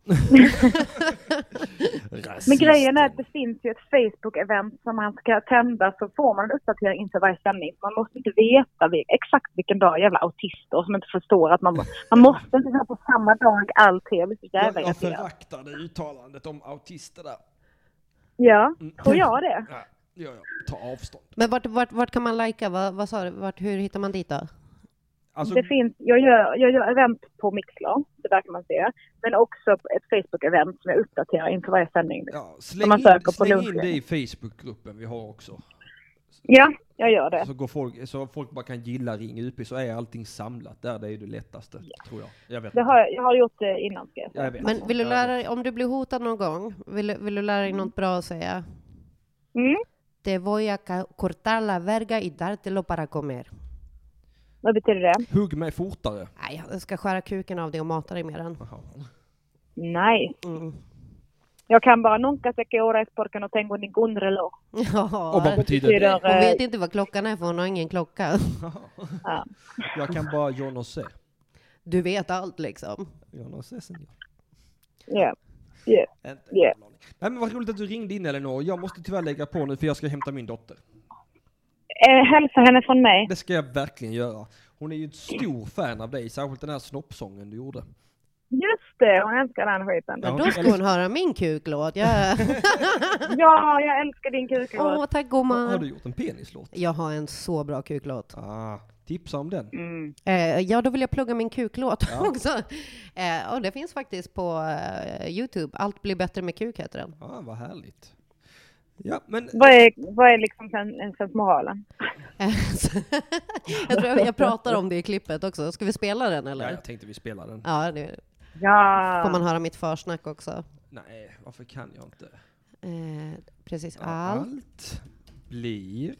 Men grejen är att det finns ju ett Facebook-event som man ska tända, så får man en uppdatering inför varje sändning. Man måste inte veta exakt vilken dag jävla autister som inte förstår att man måste inte vara på samma dag alltid. Jag blir så jävla Jag irriterad. föraktar det uttalandet om autister där. Ja, tror jag det. Ja, jag tar avstånd. Men vart kan man lajka? Vad sa du? Hur hittar man dit då? Alltså, Det finns, jag gör event på Mixler, det där kan man se. Men också ett Facebook-event som jag uppdaterar inför varje sändning. ja, Som man söker på släng in lunchen. det i Facebookgruppen vi har också. Ja, jag gör det. Så folk bara kan gilla Ring UP, så är allting samlat där. Det är det lättaste, tror jag. Jag vet Jag har gjort det innan, ska jag säga. jag vet. Men vill du lära dig, om du blir hotad någon gång, vill du lära dig något bra att säga? Mm. Te voy a cortar la verga y dártelo para comer. Vad betyder det? Hugg mig fortare. Nej, jag ska skära kuken av dig och mata dig med den. Nej. Mm. Jag kan bara nunca se que hora es porque no tengo ningún reloj. Ja, Och vad betyder det? hon vet inte vad klockan är för hon har ingen klocka. Ja. Jag kan bara yo no sé. Du vet allt liksom. Yo no sé, senor. Ja. Nej, men vad roligt att du ringde in, Elinor. Jag måste tyvärr lägga på nu för jag ska hämta min dotter. Hälsa henne från mig. Det ska jag verkligen göra. Hon är ju ett stor fan av dig, särskilt den här snoppsången du gjorde. Just det, hon älskar den skiten. Men då ska hon höra min kuklåt. Ja, jag älskar din kuklåt. Åh, tack gumman. Har du gjort en penislåt? Jag har en så bra kuklåt. Tipsa om den. Ja, då vill jag plugga min kuklåt Ja. också. Och det finns faktiskt på YouTube. Allt blir bättre med kuk heter den. Ja, vad härligt. Ja, men... Vad är liksom sensmoralen? Jag tror jag pratar om det i klippet också. Ska vi spela den eller? Ja, jag tänkte vi spelar den. Ja, det Ja. får man höra mitt försnack också. Nej, varför kan jag inte? Precis. Ja, allt blir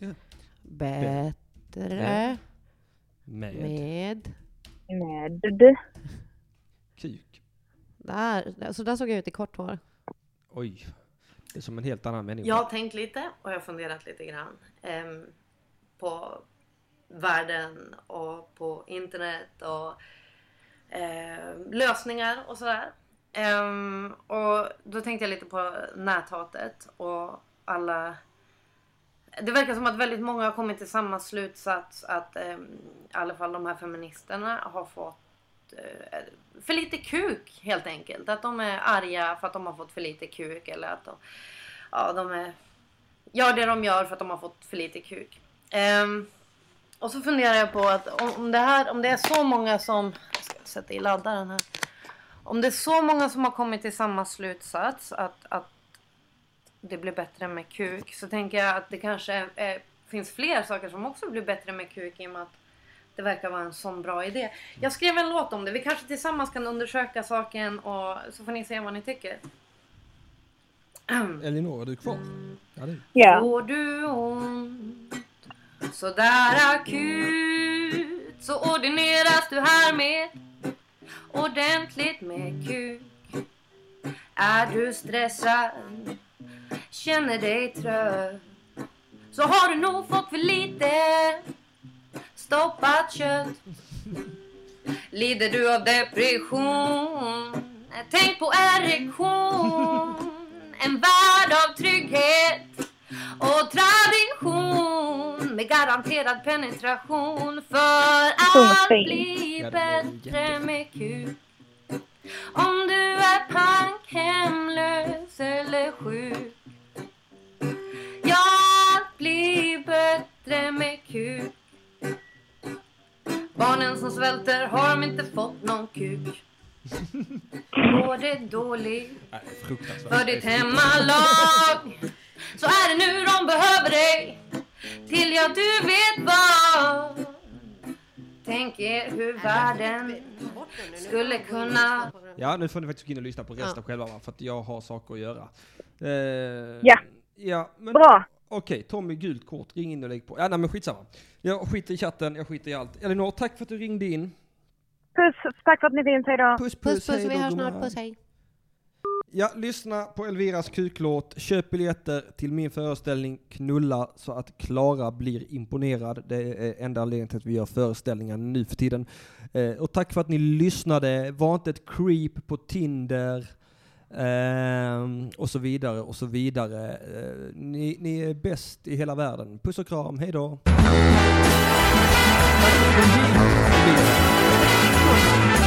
bättre med kuk. Så där såg jag ut i kort hår. Oj, det är som en helt annan människa. Jag har tänkt lite och jag har funderat lite grann på världen och på internet och lösningar och sådär. Och då tänkte jag lite på näthatet och alla... Det verkar som att väldigt många har kommit till samma slutsats att i alla fall de här feministerna har fått för lite kuk helt enkelt. Att de är arga för att de har fått för lite kuk eller att de gör det de gör för att de har fått för lite kuk. Och så funderar jag på att om det är så många som... Jag ska sätta i laddaren här. Om det är så många som har kommit till samma slutsats att det blir bättre med kuk, så tänker jag att det kanske finns fler saker som också blir bättre med kuk i och med att det verkar vara en sån bra idé. Jag skrev en låt om det. Vi kanske tillsammans kan undersöka saken och så får ni se vad ni tycker. Elinor, är du kvar? Ja, det. Ja. Får du ont sådär akut så ordineras du här med ordentligt med kuk. Är du stressad, känner dig trött, så har du nog fått för lite stoppat kött. Lider du av depression, tänk på erektion. En värld av trygghet och tradition med garanterad penetration. För allt blir bättre med kuk. Om du är pank, hemlös eller sjuk. Ja, allt blir bättre med kuk. Barnen som svälter har de inte fått någon kuk. Går det dåligt för ditt hemmalag, så är det nu de behöver dig. Till ja, du vet vad. Tänk er hur världen skulle kunna... Ja, nu får ni faktiskt gå in och lyssna på resten själva, för att jag har saker att göra. Ja, men... Bra. Okej, Tommy, gult kort. Ring in och lägg på. Ja, nej, men skitsamma. Jag skiter i chatten, jag skiter i allt. Elinor, tack för att du ringde in. Puss, tack för att ni finns, hej då. Puss, Puss, hej då, vi hörs gumman. snart. Puss, hej. Ja, lyssna på Elviras kuklåt. Köp biljetter till min föreställning Knulla så att Klara blir imponerad. Det är enda anledningen till att vi gör föreställningar nu för tiden. Och tack för att ni lyssnade. Var inte ett creep på Tinder. Och så vidare och så vidare. Ni är bäst i hela världen. Puss och kram. Hej då.